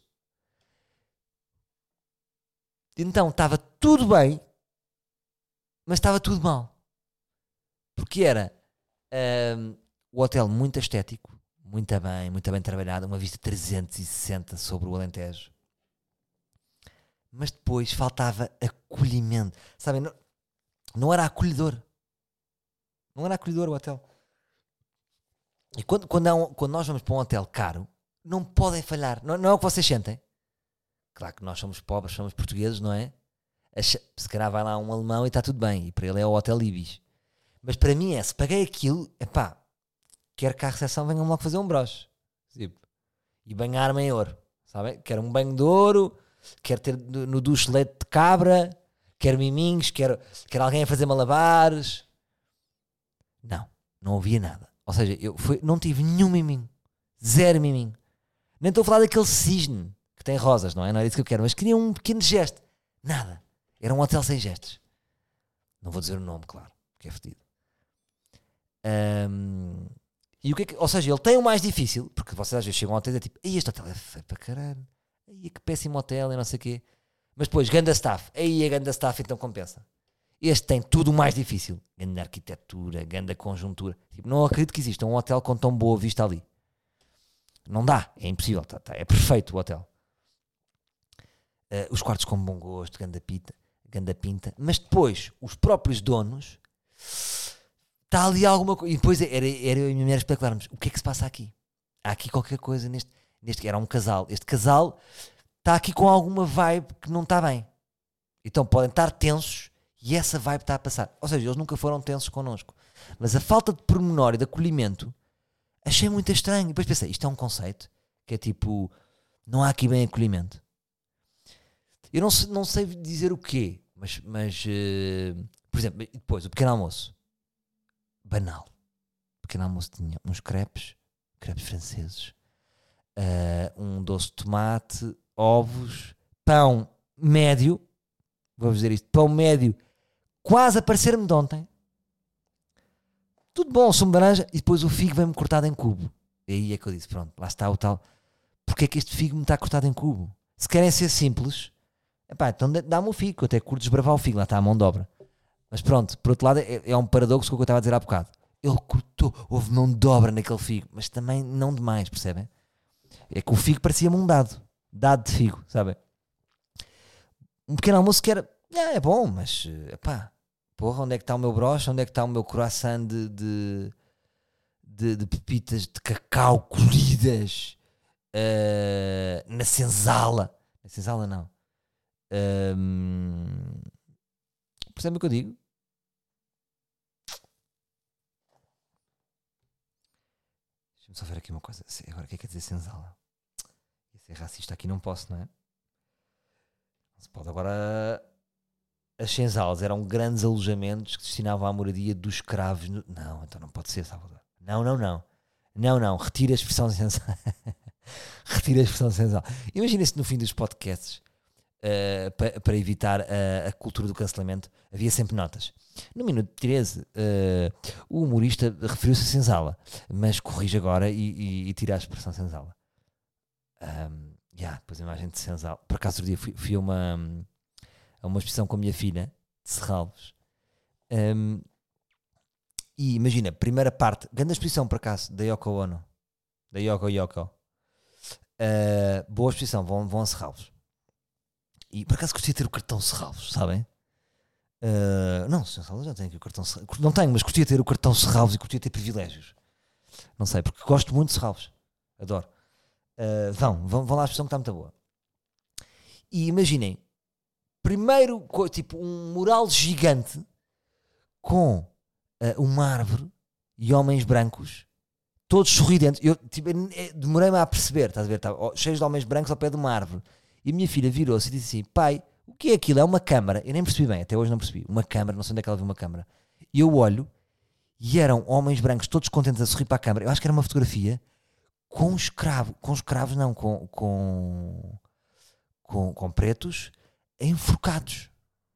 Speaker 1: Então, estava tudo bem, mas estava tudo mal. Porque era um, o hotel muito estético, muito bem, muito bem trabalhado, uma vista trezentos e sessenta sobre o Alentejo. Mas depois faltava acolhimento. Sabem, não, não era acolhedor. Não era acolhedor o hotel. E quando, quando, há um, quando nós vamos para um hotel caro, não podem falhar. Não, não é o que vocês sentem? Claro que nós somos pobres, somos portugueses, não é? Se calhar vai lá um alemão e está tudo bem. E para ele é o Hotel Ibis. Mas para mim é, se paguei aquilo, epá, quero que a recepção venha logo fazer um broche. Tipo, e banhar-me em ouro. Sabem? Quero um banho de ouro, quero ter no duche leite de cabra, quero miminhos, quero, quero alguém a fazer malabares. Não, não havia nada. Ou seja, eu fui, não tive nenhum miminho. Zero miminho. Nem estou a falar daquele cisne que tem rosas, não é? Não era isso que eu quero, mas queria um pequeno gesto. Nada. Era um hotel sem gestos. Não vou dizer o nome, claro, porque é fedido. Um, e o que é que, ou seja, ele tem o mais difícil, porque vocês às vezes chegam ao hotel e é tipo, ei, este hotel é feio para caralho, ei, que péssimo hotel e não sei o quê, mas depois, ganda staff, ei, a ganda staff então compensa. Este tem tudo o mais difícil, ganda arquitetura, ganda conjuntura, tipo, não acredito que exista um hotel com tão boa vista ali, não dá, é impossível, tá, tá, é perfeito o hotel. Uh, os quartos com bom gosto, ganda pinta, ganda pinta, mas depois os próprios donos, está ali alguma coisa. E depois era, era eu e a minha mulher especularmos o que é que se passa aqui. Há aqui qualquer coisa neste, neste. Era um casal. Este casal está aqui com alguma vibe que não está bem. Então podem estar tensos e essa vibe está a passar. Ou seja, eles nunca foram tensos connosco. Mas a falta de pormenor e de acolhimento achei muito estranho. E depois pensei, isto é um conceito que é tipo, não há aqui bem acolhimento. Eu não sei, não sei dizer o quê, mas, mas uh, por exemplo, depois o pequeno almoço. Banal. pequeno almoço tinha uns crepes, crepes franceses, uh, um doce de tomate, ovos, pão médio, vou-vos dizer isto, pão médio, quase a parecer-me de ontem. Tudo bom, sumo de laranja, e depois o figo vem-me cortado em cubo. E aí é que eu disse, pronto, lá está o tal. Porque é que este figo me está cortado em cubo? Se querem ser simples, epá, então dá-me o figo, eu até curto desbravar o figo, lá está a mão de obra. Mas pronto, por outro lado, é, é um paradoxo com o que eu estava a dizer há bocado. Ele cortou, houve mão de obra naquele figo, mas também não demais, percebem? É que o figo parecia-me um dado, dado de figo, sabem? Um pequeno almoço que era, é, é bom, mas, epá, porra, onde é que está o meu broche? Onde é que está o meu croissant de, de, de, de pepitas de cacau colhidas uh, na senzala? Na senzala não. Um, percebem o que eu digo? Deixa-me só ver aqui uma coisa. Agora, o que é que quer dizer senzala? Ser racista aqui não posso, não é? Não se pode agora. As senzalas eram grandes alojamentos que destinavam à moradia dos escravos. No... Não, então não pode ser, Salvador. Não, não, não. Não, não. Retira a expressão senzala. Retira a expressão senzala. Imagina-se no fim dos podcasts, uh, para, para evitar a, a cultura do cancelamento, havia sempre notas. No minuto treze, uh, o humorista referiu-se a senzala, mas corrige agora e, e, e tira a expressão senzala. Um, yeah, depois a imagem de senzala. Por acaso, outro dia fui, fui a uma... a uma expressão com a minha filha de Serralves, um, e imagina, primeira parte, grande exposição por acaso da Yoko Ono, da Yoko Yoko, uh, boa exposição, vão, vão a Serralves, e por acaso gostaria de ter o cartão Serralves, sabem? Uh, não, já tenho aqui o cartão Serralves, não tenho, mas gostaria de ter o cartão Serralves e gostaria de ter privilégios, não sei, porque gosto muito de Serralves, adoro. Uh, vão, vão, vão lá, a expressão que está muito boa. E imaginem, primeiro, tipo, um mural gigante com uh, uma árvore e homens brancos, todos sorridentes. Eu tipo, demorei-me a perceber, estás a ver? Estava cheios de homens brancos ao pé de uma árvore. E a minha filha virou-se e disse assim: pai, o que é aquilo? É uma câmara. Eu nem percebi bem, até hoje não percebi. Uma câmara, não sei onde é que ela viu uma câmara. E eu olho e eram homens brancos todos contentes a sorrir para a câmara. Eu acho que era uma fotografia com escravos, com escravos não, com, com, com, com pretos enforcados.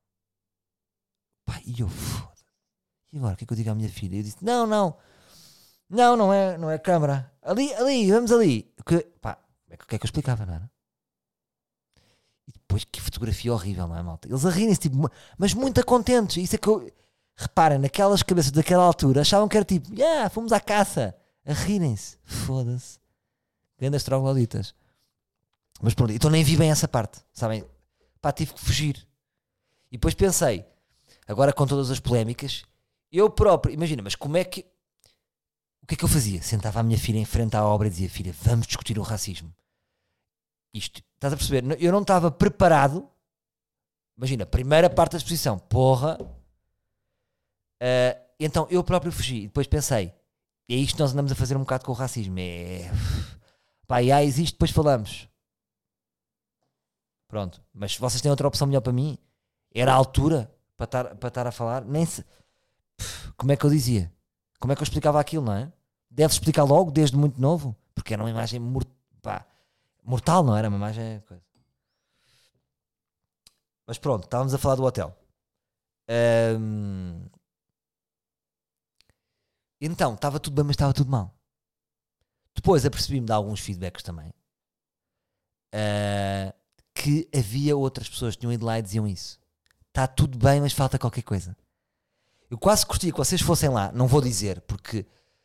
Speaker 1: Pá, e eu, foda-se. E agora, o que é que eu digo à minha filha? Eu disse, não, não, não, não é, não é câmara. Ali, ali, vamos ali. Que, pá, o que é que eu explicava, não era? E depois, que fotografia horrível, não é, malta? Eles a rirem-se, tipo, mas muito contentes. Isso é que eu, reparem, naquelas cabeças daquela altura, achavam que era tipo, yeah, fomos à caça. A rirem-se. Foda-se. Grandes trogloditas. Mas pronto, então nem vi bem essa parte, sabem? Pá, tive que fugir. E depois pensei, agora com todas as polémicas, eu próprio, imagina, mas como é que, o que é que eu fazia? Sentava a minha filha em frente à obra e dizia, filha, vamos discutir o racismo. Isto, estás a perceber? Eu não estava preparado, imagina, primeira parte da exposição, porra, uh, então eu próprio fugi, e depois pensei, é isto que nós andamos a fazer um bocado com o racismo, é, pá, já existe, depois falamos. Pronto, mas vocês têm outra opção melhor para mim? Era a altura para estar, para estar a falar? Nem se... Pff, como é que eu dizia? Como é que eu explicava aquilo, não é? Deve explicar logo, desde muito novo, porque era uma imagem mort... pá, mortal, não era? Uma imagem... Coisa. Mas pronto, estávamos a falar do hotel. Um... Então, estava tudo bem, mas estava tudo mal. Depois apercebi-me de alguns feedbacks também. Uh... que havia outras pessoas que tinham ido lá e diziam isso. Está tudo bem, mas falta qualquer coisa. Eu quase curtia que vocês fossem lá, não vou dizer, porque,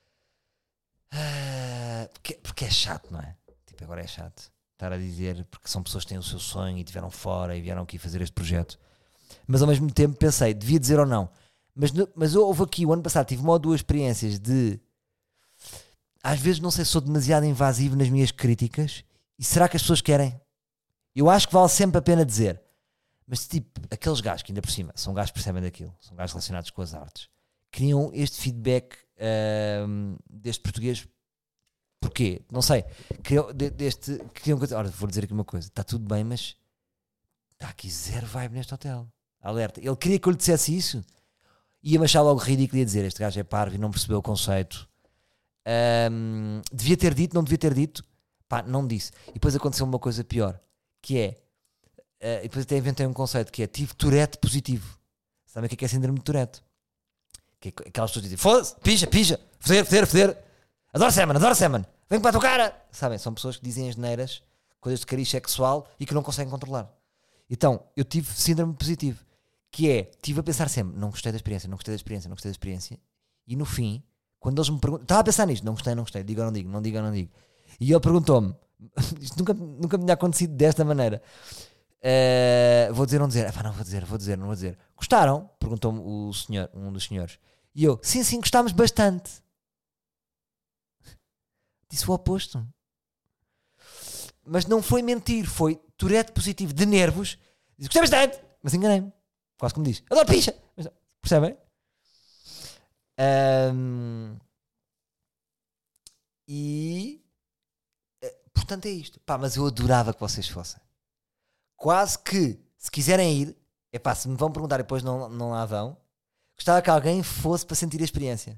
Speaker 1: uh, porque porque é chato, não é? Tipo, agora é chato estar a dizer, porque são pessoas que têm o seu sonho e estiveram fora e vieram aqui fazer este projeto. Mas ao mesmo tempo pensei, devia dizer ou não. Mas, mas houve aqui, o ano passado, tive uma ou duas experiências de... Às vezes não sei se sou demasiado invasivo nas minhas críticas. E será que as pessoas querem? Eu acho que vale sempre a pena dizer. Mas tipo, aqueles gajos que ainda por cima são gajos que percebem daquilo, são gajos relacionados com as artes, criam este feedback uh, deste português. Porquê? Não sei. Criam, de, deste, criam, ora, vou dizer aqui uma coisa. Está tudo bem, mas está aqui zero vibe neste hotel. Alerta. Ele queria que eu lhe dissesse isso. Ia-me achar logo ridículo e ia dizer, este gajo é parvo e não percebeu o conceito. Um, devia ter dito, não devia ter dito. Pá, não disse. E depois aconteceu uma coisa pior, que é, uh, e depois até inventei um conceito, que é, tive Tourette positivo. Sabem o que é, que é síndrome de Tourette? Que é aquelas pessoas que dizem, foda-se, pija, pija, foder, foder, foder, adoro semen, adoro semen, vem para a tua cara. Sabem, são pessoas que dizem asneiras, coisas de cariz sexual e que não conseguem controlar. Então, eu tive síndrome positivo, que é, tive a pensar sempre, não gostei da experiência, não gostei da experiência, não gostei da experiência, e no fim, quando eles me perguntam, estava a pensar nisto, não gostei, não gostei, digo ou não digo, não digo ou não digo, e ele perguntou-me, isto nunca, nunca me tinha acontecido desta maneira, uh, vou dizer ou não dizer, ah, não vou dizer, vou dizer, não vou dizer, gostaram? Perguntou-me o senhor, um dos senhores, e eu, sim, sim, gostámos bastante. Disse o oposto. Mas não foi mentir, foi Tourette positivo de nervos. Disse, gostei bastante, mas enganei-me. Quase como diz, adoro picha. Mas, percebem? Um, e portanto é isto. Pá, mas eu adorava que vocês fossem. Quase que, se quiserem ir, é pá, se me vão perguntar e depois não, não lá vão, gostava que alguém fosse para sentir a experiência.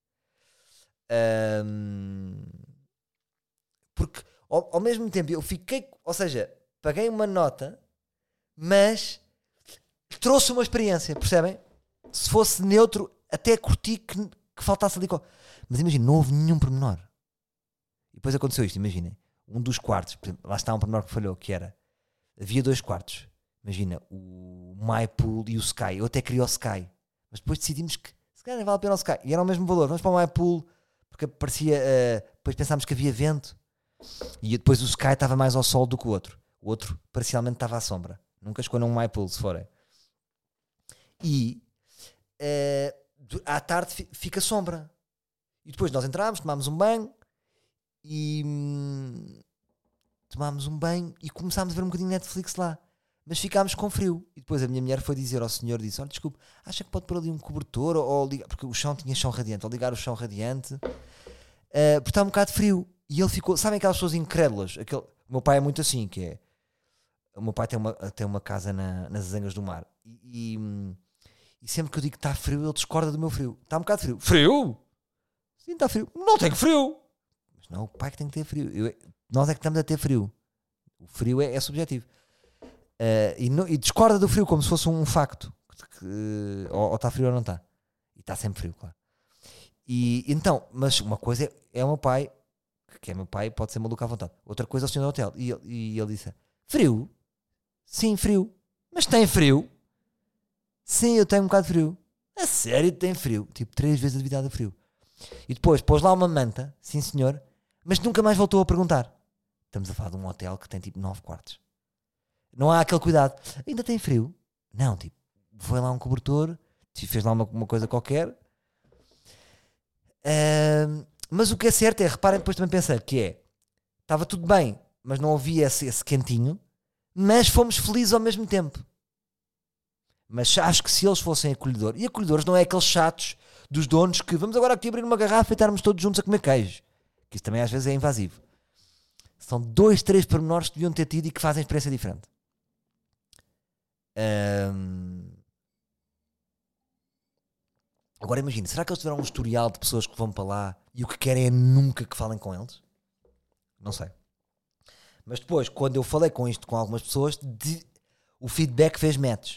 Speaker 1: Um, porque ao, ao mesmo tempo eu fiquei, ou seja, paguei uma nota, mas trouxe uma experiência, percebem? Se fosse neutro, até curti que, que faltasse ali. Mas imagina, não houve nenhum pormenor. E depois aconteceu isto, imaginem. Um dos quartos, por exemplo, lá está um pormenor que falhou, que era, havia dois quartos. Imagina, o MyPool e o Sky. Eu até queria o Sky. Mas depois decidimos que se calhar nem vale a pena o Sky. E era o mesmo valor. Vamos para o MyPool, porque parecia... Uh, depois pensámos que havia vento. E depois o Sky estava mais ao sol do que o outro. O outro, parcialmente, estava à sombra. Nunca escolham um MyPool, se forem. E... Uh, à tarde fica sombra. E depois nós entrámos, tomámos um banho e hum, tomámos um banho e começámos a ver um bocadinho de Netflix lá, mas ficámos com frio. E depois a minha mulher foi dizer ao senhor, disse, olha, desculpe, acha que pode pôr ali um cobertor ou, ou ligar, porque o chão tinha chão radiante, ou ligar o chão radiante, uh, porque está um bocado frio. E ele ficou, sabem aquelas pessoas incrédulas? Aquele, o meu pai é muito assim, que é, o meu pai tem uma, tem uma casa na, nas Azangas do Mar e, e E sempre que eu digo que está frio, ele discorda do meu frio. Está um bocado frio. Frio? Sim, está frio. Não tenho frio. Mas não, o pai que tem que ter frio. Eu, nós é que estamos a ter frio. O frio é, é subjetivo. Uh, e, no, e discorda do frio como se fosse um facto. Que, ou, ou está frio ou não está. E está sempre frio, claro. E então, mas uma coisa é, é o meu pai, que é meu pai, pode ser maluco à vontade. Outra coisa é o senhor do hotel. E, e ele disse, frio? Sim, frio. Mas tem frio? Sim, eu tenho um bocado de frio. A sério, tem frio. Tipo, três vezes a devidade a frio. E depois pôs lá uma manta, sim senhor, mas nunca mais voltou a perguntar. Estamos a falar de um hotel que tem tipo nove quartos. Não há aquele cuidado. Ainda tem frio? Não, tipo, foi lá um cobertor, fez lá uma, uma coisa qualquer. Uh, mas o que é certo é, reparem, depois também pensei que é, estava tudo bem, mas não havia esse, esse quentinho, mas fomos felizes ao mesmo tempo. Mas acho que se eles fossem acolhedores, e acolhedores não é aqueles chatos dos donos que vamos agora aqui abrir uma garrafa e estarmos todos juntos a comer queijo, que isso também às vezes é invasivo. São dois, três pormenores que deviam ter tido e que fazem experiência diferente. Um... Agora imagina, será que eles tiveram um historial de pessoas que vão para lá e o que querem é nunca que falem com eles? Não sei. Mas depois, quando eu falei com isto com algumas pessoas, de... o feedback fez match.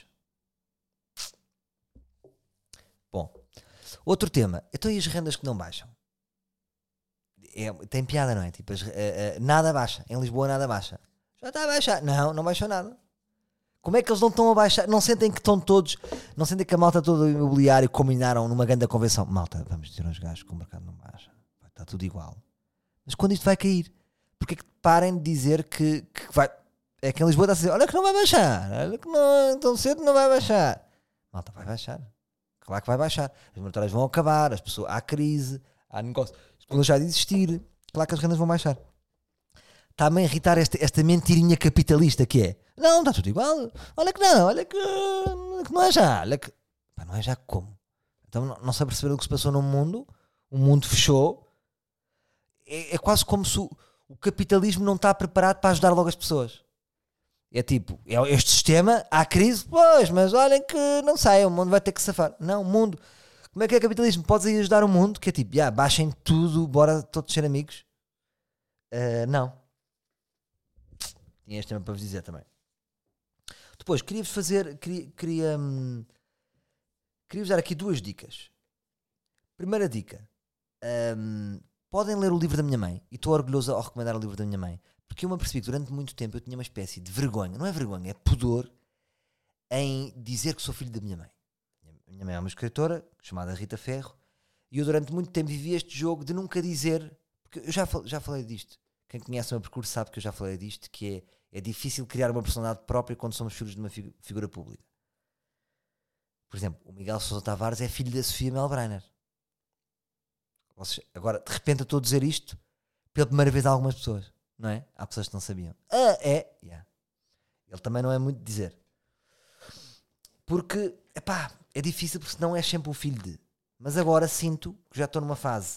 Speaker 1: Bom, outro tema. Então e as rendas que não baixam? É, tem piada, não é? Tipo, as, uh, uh, nada baixa. Em Lisboa nada baixa. Já está a baixar. Não, não baixou nada. Como é que eles não estão a baixar? Não sentem que estão todos... Não sentem que a malta toda do imobiliário combinaram numa grande convenção. Malta, vamos dizer aos gajos que o mercado não baixa. Está tudo igual. Mas quando isto vai cair? Porque é que parem de dizer que, que vai... É que em Lisboa está a dizer, olha que não vai baixar. Olha que não, tão cedo não vai baixar. Malta, vai baixar. Claro que vai baixar. As moratórias vão acabar, as pessoas, há crise, há negócio. Vão deixar de existir. Claro que as rendas vão baixar. Está-me a irritar esta, esta mentirinha capitalista que é, não, está tudo igual. Olha que não, olha que, que não é já. Olha que... Pá, não é já como? Então não, não sei perceber o que se passou no mundo. O mundo fechou. É, é quase como se o, o capitalismo não está preparado para ajudar logo as pessoas. É tipo, é este sistema, há crise, pois, mas olhem que não sai, o mundo vai ter que safar. Não, o mundo, Como é que é capitalismo? Podes aí ajudar o mundo? Que é tipo, yeah, baixem tudo, bora todos ser amigos. Uh, não. Tinha este tema para vos dizer também. Depois, queria-vos fazer, queria, queria, hum, queria-vos dar aqui duas dicas. Primeira dica. Hum, podem ler o livro da minha mãe. E estou orgulhoso ao recomendar o livro da minha mãe. Porque eu me apercebi que durante muito tempo eu tinha uma espécie de vergonha. Não é vergonha, é pudor em dizer que sou filho da minha mãe. A minha mãe é uma escritora chamada Rita Ferro. E eu durante muito tempo vivi este jogo de nunca dizer... Porque eu já, já falei disto. Quem conhece o meu percurso sabe que eu já falei disto, que é, é difícil criar uma personalidade própria quando somos filhos de uma figu- figura pública. Por exemplo, o Miguel Sousa Tavares é filho da Sofia Melbrenner. Vocês, agora, de repente eu estou a dizer isto pela primeira vez a algumas pessoas, não é? Há pessoas que não sabiam. Ah, é? Yeah. Ele também não é muito dizer. Porque, epá, é difícil porque senão és sempre o filho de. Mas agora sinto que já estou numa fase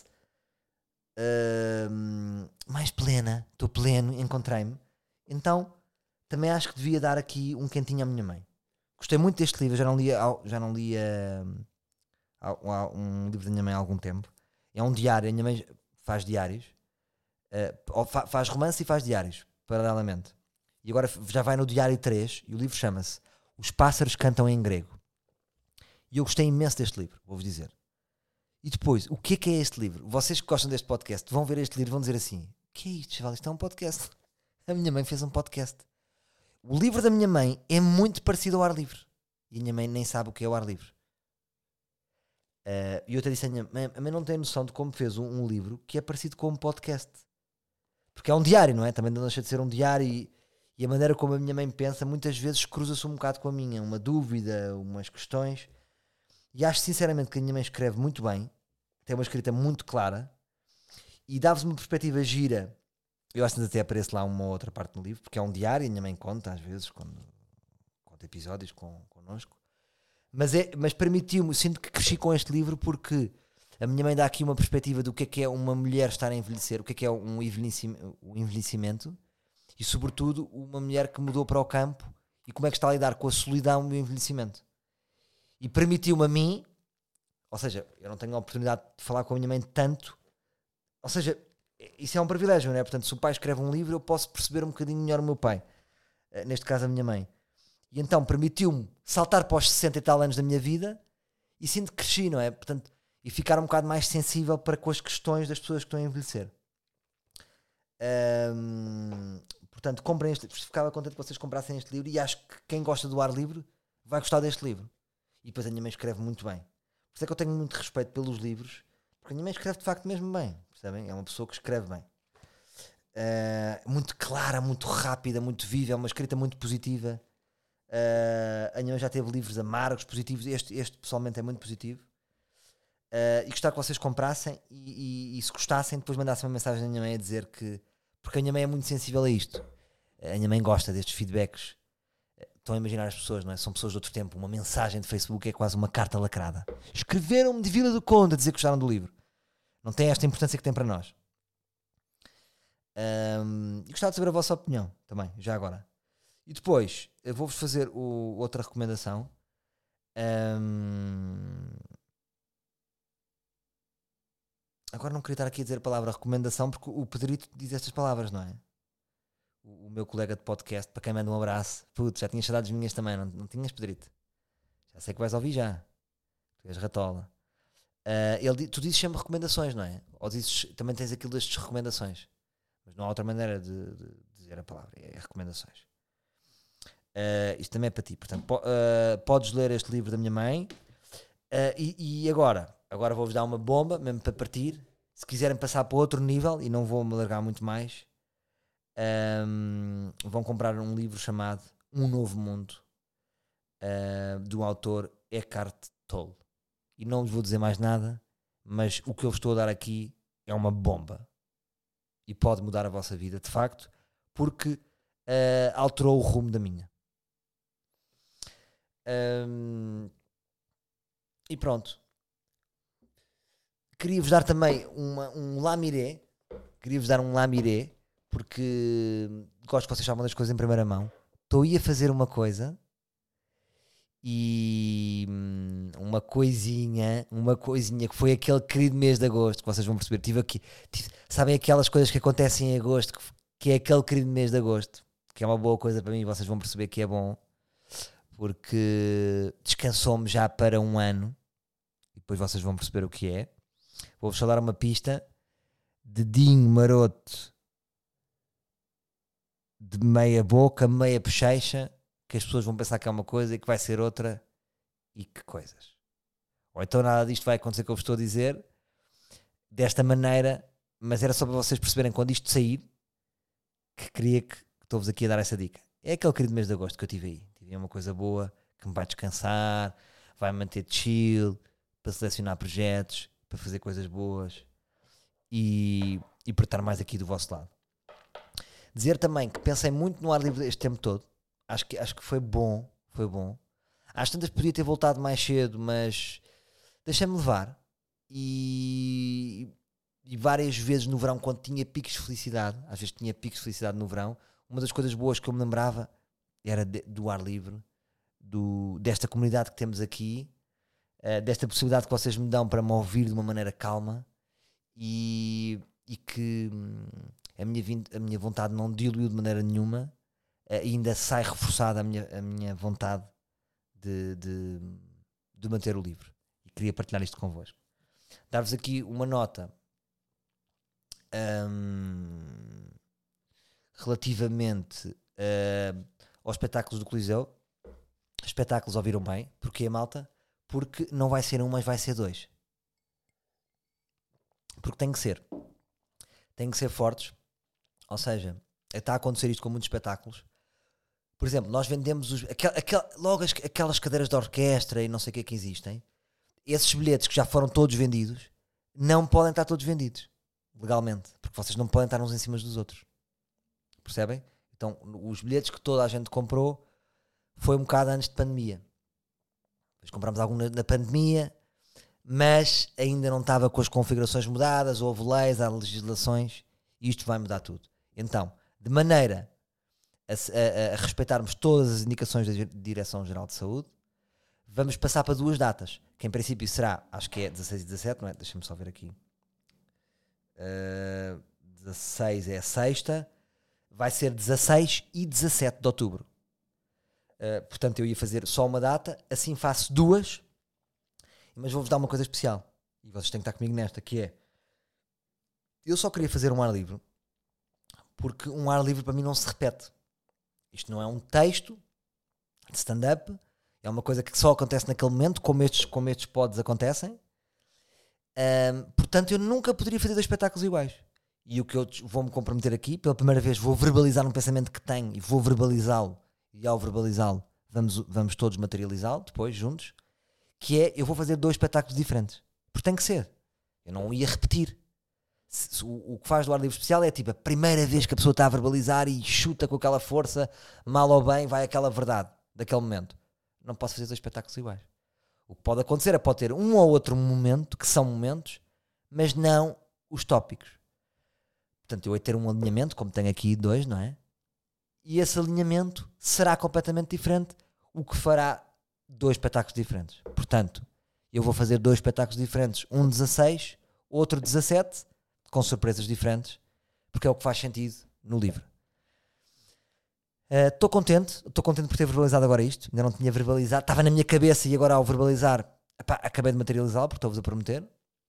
Speaker 1: uh, mais plena, estou pleno, encontrei-me. Então, também acho que devia dar aqui um cantinho à minha mãe. Gostei muito deste livro, já não lia, já não lia uh, um livro da minha mãe há algum tempo. É um diário, a minha mãe faz diários, uh, fa- faz romance e faz diários, paralelamente. E agora já vai no diário três e o livro chama-se Os Pássaros Cantam em Grego. E eu gostei imenso deste livro, vou-vos dizer. E depois, o que é que é este livro? Vocês que gostam deste podcast vão ver este livro e vão dizer assim: o que é isto, chaval? Isto é um podcast. A minha mãe fez um podcast. O livro da minha mãe é muito parecido ao ar livre. E a minha mãe nem sabe o que é o ar livre. Uh, e eu até disse à minha mãe: a mãe não tem noção de como fez um, um livro que é parecido com um podcast. Porque é um diário, não é? Também não deixa de ser um diário e, e a maneira como a minha mãe pensa muitas vezes cruza-se um bocado com a minha. Uma dúvida, umas questões. E acho sinceramente que a minha mãe escreve muito bem. Tem uma escrita muito clara. E dá-vos uma perspectiva gira. Eu acho que até aparece lá uma outra parte do livro, porque é um diário e a minha mãe conta às vezes, quando conta episódios com, connosco. Mas, é, mas permitiu-me, sinto que cresci com este livro porque a minha mãe dá aqui uma perspectiva do que é que é uma mulher estar a envelhecer, o que é que é um envelhecimento, um envelhecimento e sobretudo uma mulher que mudou para o campo e como é que está a lidar com a solidão e o envelhecimento. E permitiu-me a mim, ou seja, eu não tenho a oportunidade de falar com a minha mãe tanto, ou seja, isso é um privilégio, não é? Portanto, se o pai escreve um livro eu posso perceber um bocadinho melhor o meu pai, neste caso a minha mãe. E então permitiu-me saltar para os sessenta e tal anos da minha vida e sinto que cresci, não é? Portanto, e ficar um bocado mais sensível para com as questões das pessoas que estão a envelhecer. Hum, portanto, comprem este livro. Ficava contente que vocês comprassem este livro e acho que quem gosta do ar livre vai gostar deste livro. E depois a minha mãe escreve muito bem. Por isso é que eu tenho muito respeito pelos livros, porque a minha mãe escreve de facto mesmo bem, percebem? É uma pessoa que escreve bem. Uh, muito clara, muito rápida, muito viva, é uma escrita muito positiva. Uh, a minha mãe já teve livros amargos, positivos. Este, este pessoalmente é muito positivo. Uh, e gostava que vocês comprassem e, e, e se gostassem, depois mandassem uma mensagem à minha mãe a dizer que. Porque a minha mãe é muito sensível a isto. A minha mãe gosta destes feedbacks. Estão a imaginar as pessoas, não é? São pessoas de outro tempo. Uma mensagem de Facebook é quase uma carta lacrada. Escreveram-me de Vila do Conde a dizer que gostaram do livro. Não tem esta importância que tem para nós. Um, e gostava de saber a vossa opinião também, já agora. E depois, eu vou-vos fazer o, outra recomendação. Um, agora não queria estar aqui a dizer a palavra recomendação porque o Pedrito diz estas palavras, não é? O, o meu colega de podcast, para quem manda um abraço. Putz, já tinhas saudades minhas também, não, não tinhas, Pedrito? Já sei que vais ouvir já. Tu és ratola. Uh, ele, tu dizes sempre recomendações, não é? Ou dizes, também tens aquilo das recomendações. Mas não há outra maneira de, de dizer a palavra. É recomendações. Uh, isto também é para ti. Portanto, po, uh, podes ler este livro da minha mãe. Uh, e, e agora? Agora vou-vos dar uma bomba, mesmo para partir. Se quiserem passar para outro nível, e não vou me alargar muito mais, um, vão comprar um livro chamado Um Novo Mundo, uh, do autor Eckhart Tolle. E não vos vou dizer mais nada, mas o que eu vos estou a dar aqui é uma bomba. E pode mudar a vossa vida, de facto, porque uh, alterou o rumo da minha. Um, e pronto. Queria-vos dar também uma, um lamiré. Queria-vos dar um lamiré, porque gosto que vocês sabem das coisas em primeira mão. Estou aí a fazer uma coisa E hum, uma coisinha, uma coisinha que foi aquele querido mês de agosto, que vocês vão perceber, tive aqui, tive- sabem aquelas coisas que acontecem em agosto, que, que é aquele querido mês de agosto, que é uma boa coisa para mim, vocês vão perceber que é bom, porque descansou-me já para um ano, e depois vocês vão perceber o que é. Vou-vos só dar uma pista: dedinho maroto de meia boca, meia bochecha, que as pessoas vão pensar que é uma coisa e que vai ser outra, e que coisas. Ou então nada disto vai acontecer que eu vos estou a dizer desta maneira, mas era só para vocês perceberem quando isto sair, que queria que, que estou-vos aqui a dar essa dica. É aquele querido mês de agosto que eu tive aí. Tive aí uma coisa boa, que me vai descansar, vai me manter chill, para selecionar projetos, para fazer coisas boas e, e para estar mais aqui do vosso lado. Dizer também que pensei muito no ar livre este tempo todo. Acho que, acho que foi bom, foi bom. Às tantas podia ter voltado mais cedo, mas deixei-me levar. E, e várias vezes no verão, quando tinha picos de felicidade, às vezes tinha picos de felicidade no verão, uma das coisas boas que eu me lembrava era de, do ar livre, do, desta comunidade que temos aqui, uh, desta possibilidade que vocês me dão para me ouvir de uma maneira calma e, e que hum, a, minha, a minha vontade não diluiu de maneira nenhuma. Uh, ainda sai reforçada a minha, a minha vontade de, de, de manter o livro. E queria partilhar isto convosco. Dar-vos aqui uma nota um, relativamente uh, aos espetáculos do Coliseu. Espetáculos ouviram bem. Porquê, malta? Porque não vai ser um, mas vai ser dois. Porque tem que ser. Tem que ser fortes. Ou seja, está a acontecer isto com muitos espetáculos. Por exemplo, nós vendemos os, aquel, aquel, logo as, aquelas cadeiras de orquestra e não sei o que é que existem. Esses bilhetes que já foram todos vendidos não podem estar todos vendidos legalmente, porque vocês não podem estar uns em cima dos outros. Percebem? Então, os bilhetes que toda a gente comprou foi um bocado antes de pandemia. Depois comprámos algum na, na pandemia, mas ainda não estava com as configurações mudadas, houve leis, há legislações, e isto vai mudar tudo. Então, de maneira A, a, a respeitarmos todas as indicações da Direção-Geral de Saúde, vamos passar para duas datas, que em princípio será, acho que é dezasseis e dezassete, não é? Deixa-me só ver aqui. Uh, dezasseis é a sexta, vai ser dezasseis e dezassete de outubro. Uh, portanto, eu ia fazer só uma data, assim faço duas, mas vou-vos dar uma coisa especial, e vocês têm que estar comigo nesta, que é, eu só queria fazer um ar livre, porque um ar livre para mim não se repete. Isto não é um texto de stand-up, é uma coisa que só acontece naquele momento, como estes, como estes pods acontecem. Um, portanto, eu nunca poderia fazer dois espetáculos iguais. E o que eu vou-me comprometer aqui, pela primeira vez vou verbalizar um pensamento que tenho e vou verbalizá-lo, e ao verbalizá-lo vamos, vamos todos materializá-lo depois, juntos, que é, eu vou fazer dois espetáculos diferentes. Porque tem que ser. Eu não ia repetir. Se, se, o, o que faz do ar livre especial é tipo a primeira vez que a pessoa está a verbalizar e chuta com aquela força, mal ou bem, vai aquela verdade daquele momento. Não posso fazer dois espetáculos iguais. O que pode acontecer é pode ter um ou outro momento, que são momentos, mas não os tópicos. Portanto, eu ia ter um alinhamento, como tenho aqui dois, não é? E esse alinhamento será completamente diferente, o que fará dois espetáculos diferentes. Portanto, eu vou fazer dois espetáculos diferentes, um dezasseis, outro dezassete, com surpresas diferentes, porque é o que faz sentido no livro. Estou uh, contente, estou contente por ter verbalizado agora isto, ainda não tinha verbalizado, estava na minha cabeça e agora ao verbalizar, epá, acabei de materializá-lo, porque estou-vos a prometer.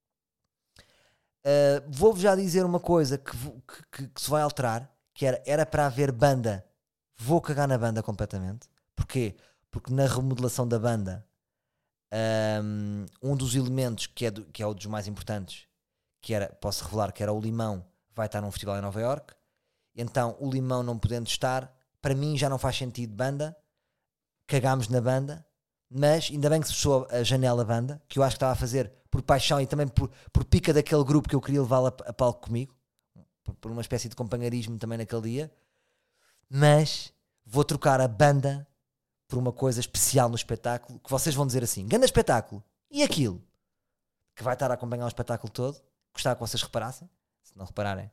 Speaker 1: Uh, vou-vos já dizer uma coisa que, que, que, que se vai alterar, que era, era para haver banda, vou cagar na banda completamente. Porquê? Porque na remodelação da banda, um, um dos elementos que é, do, que é um dos mais importantes, que era, posso revelar que era o Limão, vai estar num festival em Nova Iorque. Então o Limão não podendo estar, para mim já não faz sentido banda, cagámos na banda, mas ainda bem que se fechou a janela banda, que eu acho que estava a fazer por paixão e também por, por pica daquele grupo que eu queria levá-la a palco comigo, por, por uma espécie de companheirismo também naquele dia, mas vou trocar a banda por uma coisa especial no espetáculo, que vocês vão dizer assim, grande espetáculo, e aquilo? Que vai estar a acompanhar o espetáculo todo. Gostava que vocês reparassem, se não repararem.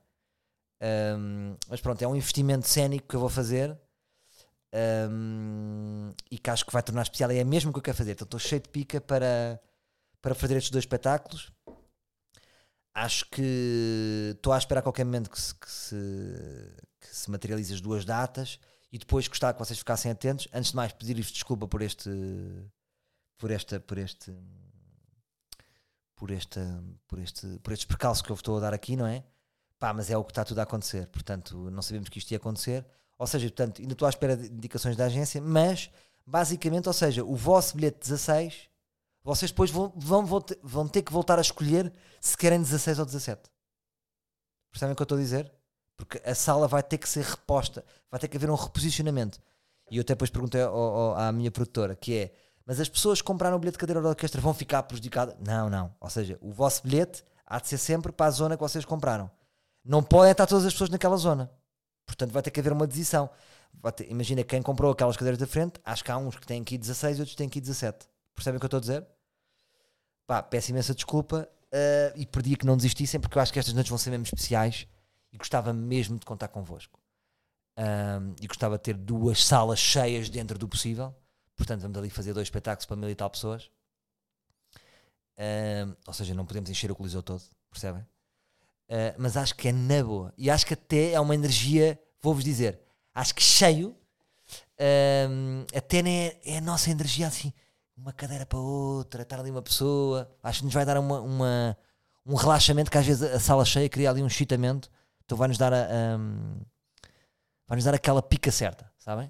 Speaker 1: Um, mas pronto, é um investimento cénico que eu vou fazer um, e que acho que vai tornar especial, e é mesmo o que eu quero fazer. Então estou cheio de pica para, para fazer estes dois espetáculos. Acho que estou à espera a qualquer momento que se, que se, que se materialize as duas datas, e depois gostava que vocês ficassem atentos. Antes de mais, pedir-vos desculpa por este por esta por este por esta por este por estes percalços que eu vos estou a dar aqui, não é? Pá, mas é o que está tudo a acontecer, portanto não sabemos que isto ia acontecer, ou seja, portanto ainda estou à espera de indicações da agência, mas basicamente, ou seja, o vosso bilhete dezasseis, vocês depois vão, vão, vão, ter, vão ter que voltar a escolher se querem dezasseis ou dezassete. Percebem o que eu estou a dizer? Porque a sala vai ter que ser reposta, vai ter que haver um reposicionamento. E eu até depois perguntei ao, ao, à minha produtora, que é, mas as pessoas que compraram o bilhete de cadeira da orquestra vão ficar prejudicadas? Não, não. Ou seja, o vosso bilhete há de ser sempre para a zona que vocês compraram. Não podem estar todas as pessoas naquela zona. Portanto, vai ter que haver uma decisão. Ter, imagina, quem comprou aquelas cadeiras da frente, acho que há uns que têm que ir dezasseis e outros que têm que ir dezassete. Percebem o que eu estou a dizer? Pá, peço imensa desculpa uh, e perdi que não desistissem, porque eu acho que estas noites vão ser mesmo especiais e gostava mesmo de contar convosco. Um, e gostava de ter duas salas cheias dentro do possível. Portanto, vamos ali fazer dois espetáculos para mil e tal pessoas. Um, ou seja, não podemos encher o Coliseu todo, percebem? Uh, mas acho que é na boa. E acho que até é uma energia, vou-vos dizer, acho que cheio, um, até nem é, é a nossa energia assim, uma cadeira para outra, estar ali uma pessoa, acho que nos vai dar uma, uma, um relaxamento, que às vezes a sala cheia cria ali um excitamento, então vai-nos dar a, um, vai-nos dar aquela pica certa, sabem?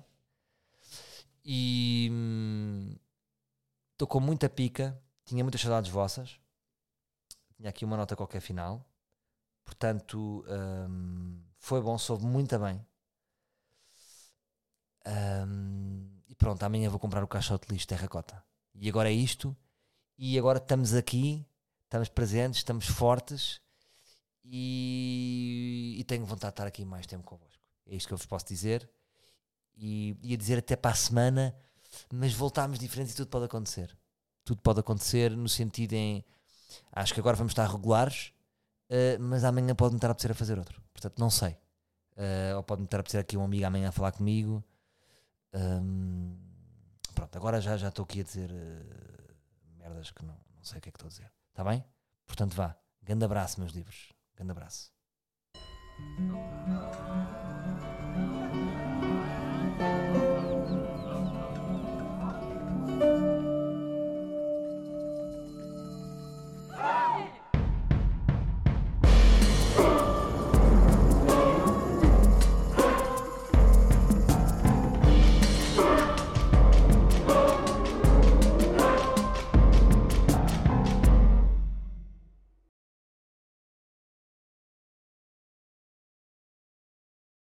Speaker 1: E estou hum, com muita pica, tinha muitas saudades vossas, tinha aqui uma nota qualquer final, portanto hum, foi bom, soube muito bem. Hum, e pronto, amanhã vou comprar o caixote de lixo terracota. E agora é isto, e agora estamos aqui, estamos presentes, estamos fortes, e, e tenho vontade de estar aqui mais tempo convosco. É isto que eu vos posso dizer. E ia dizer até para a semana, mas voltámos diferentes e tudo pode acontecer. Tudo pode acontecer no sentido em, acho que agora vamos estar regulares, uh, mas amanhã pode-me estar a apetecer a fazer outro. Portanto, não sei. Uh, ou pode-me estar a apetecer aqui um amigo amanhã a falar comigo. Um, pronto, agora já já estou aqui a dizer uh, merdas que não, não sei o que é que estou a dizer. Está bem? Portanto, vá. Grande abraço, meus livros. Grande abraço.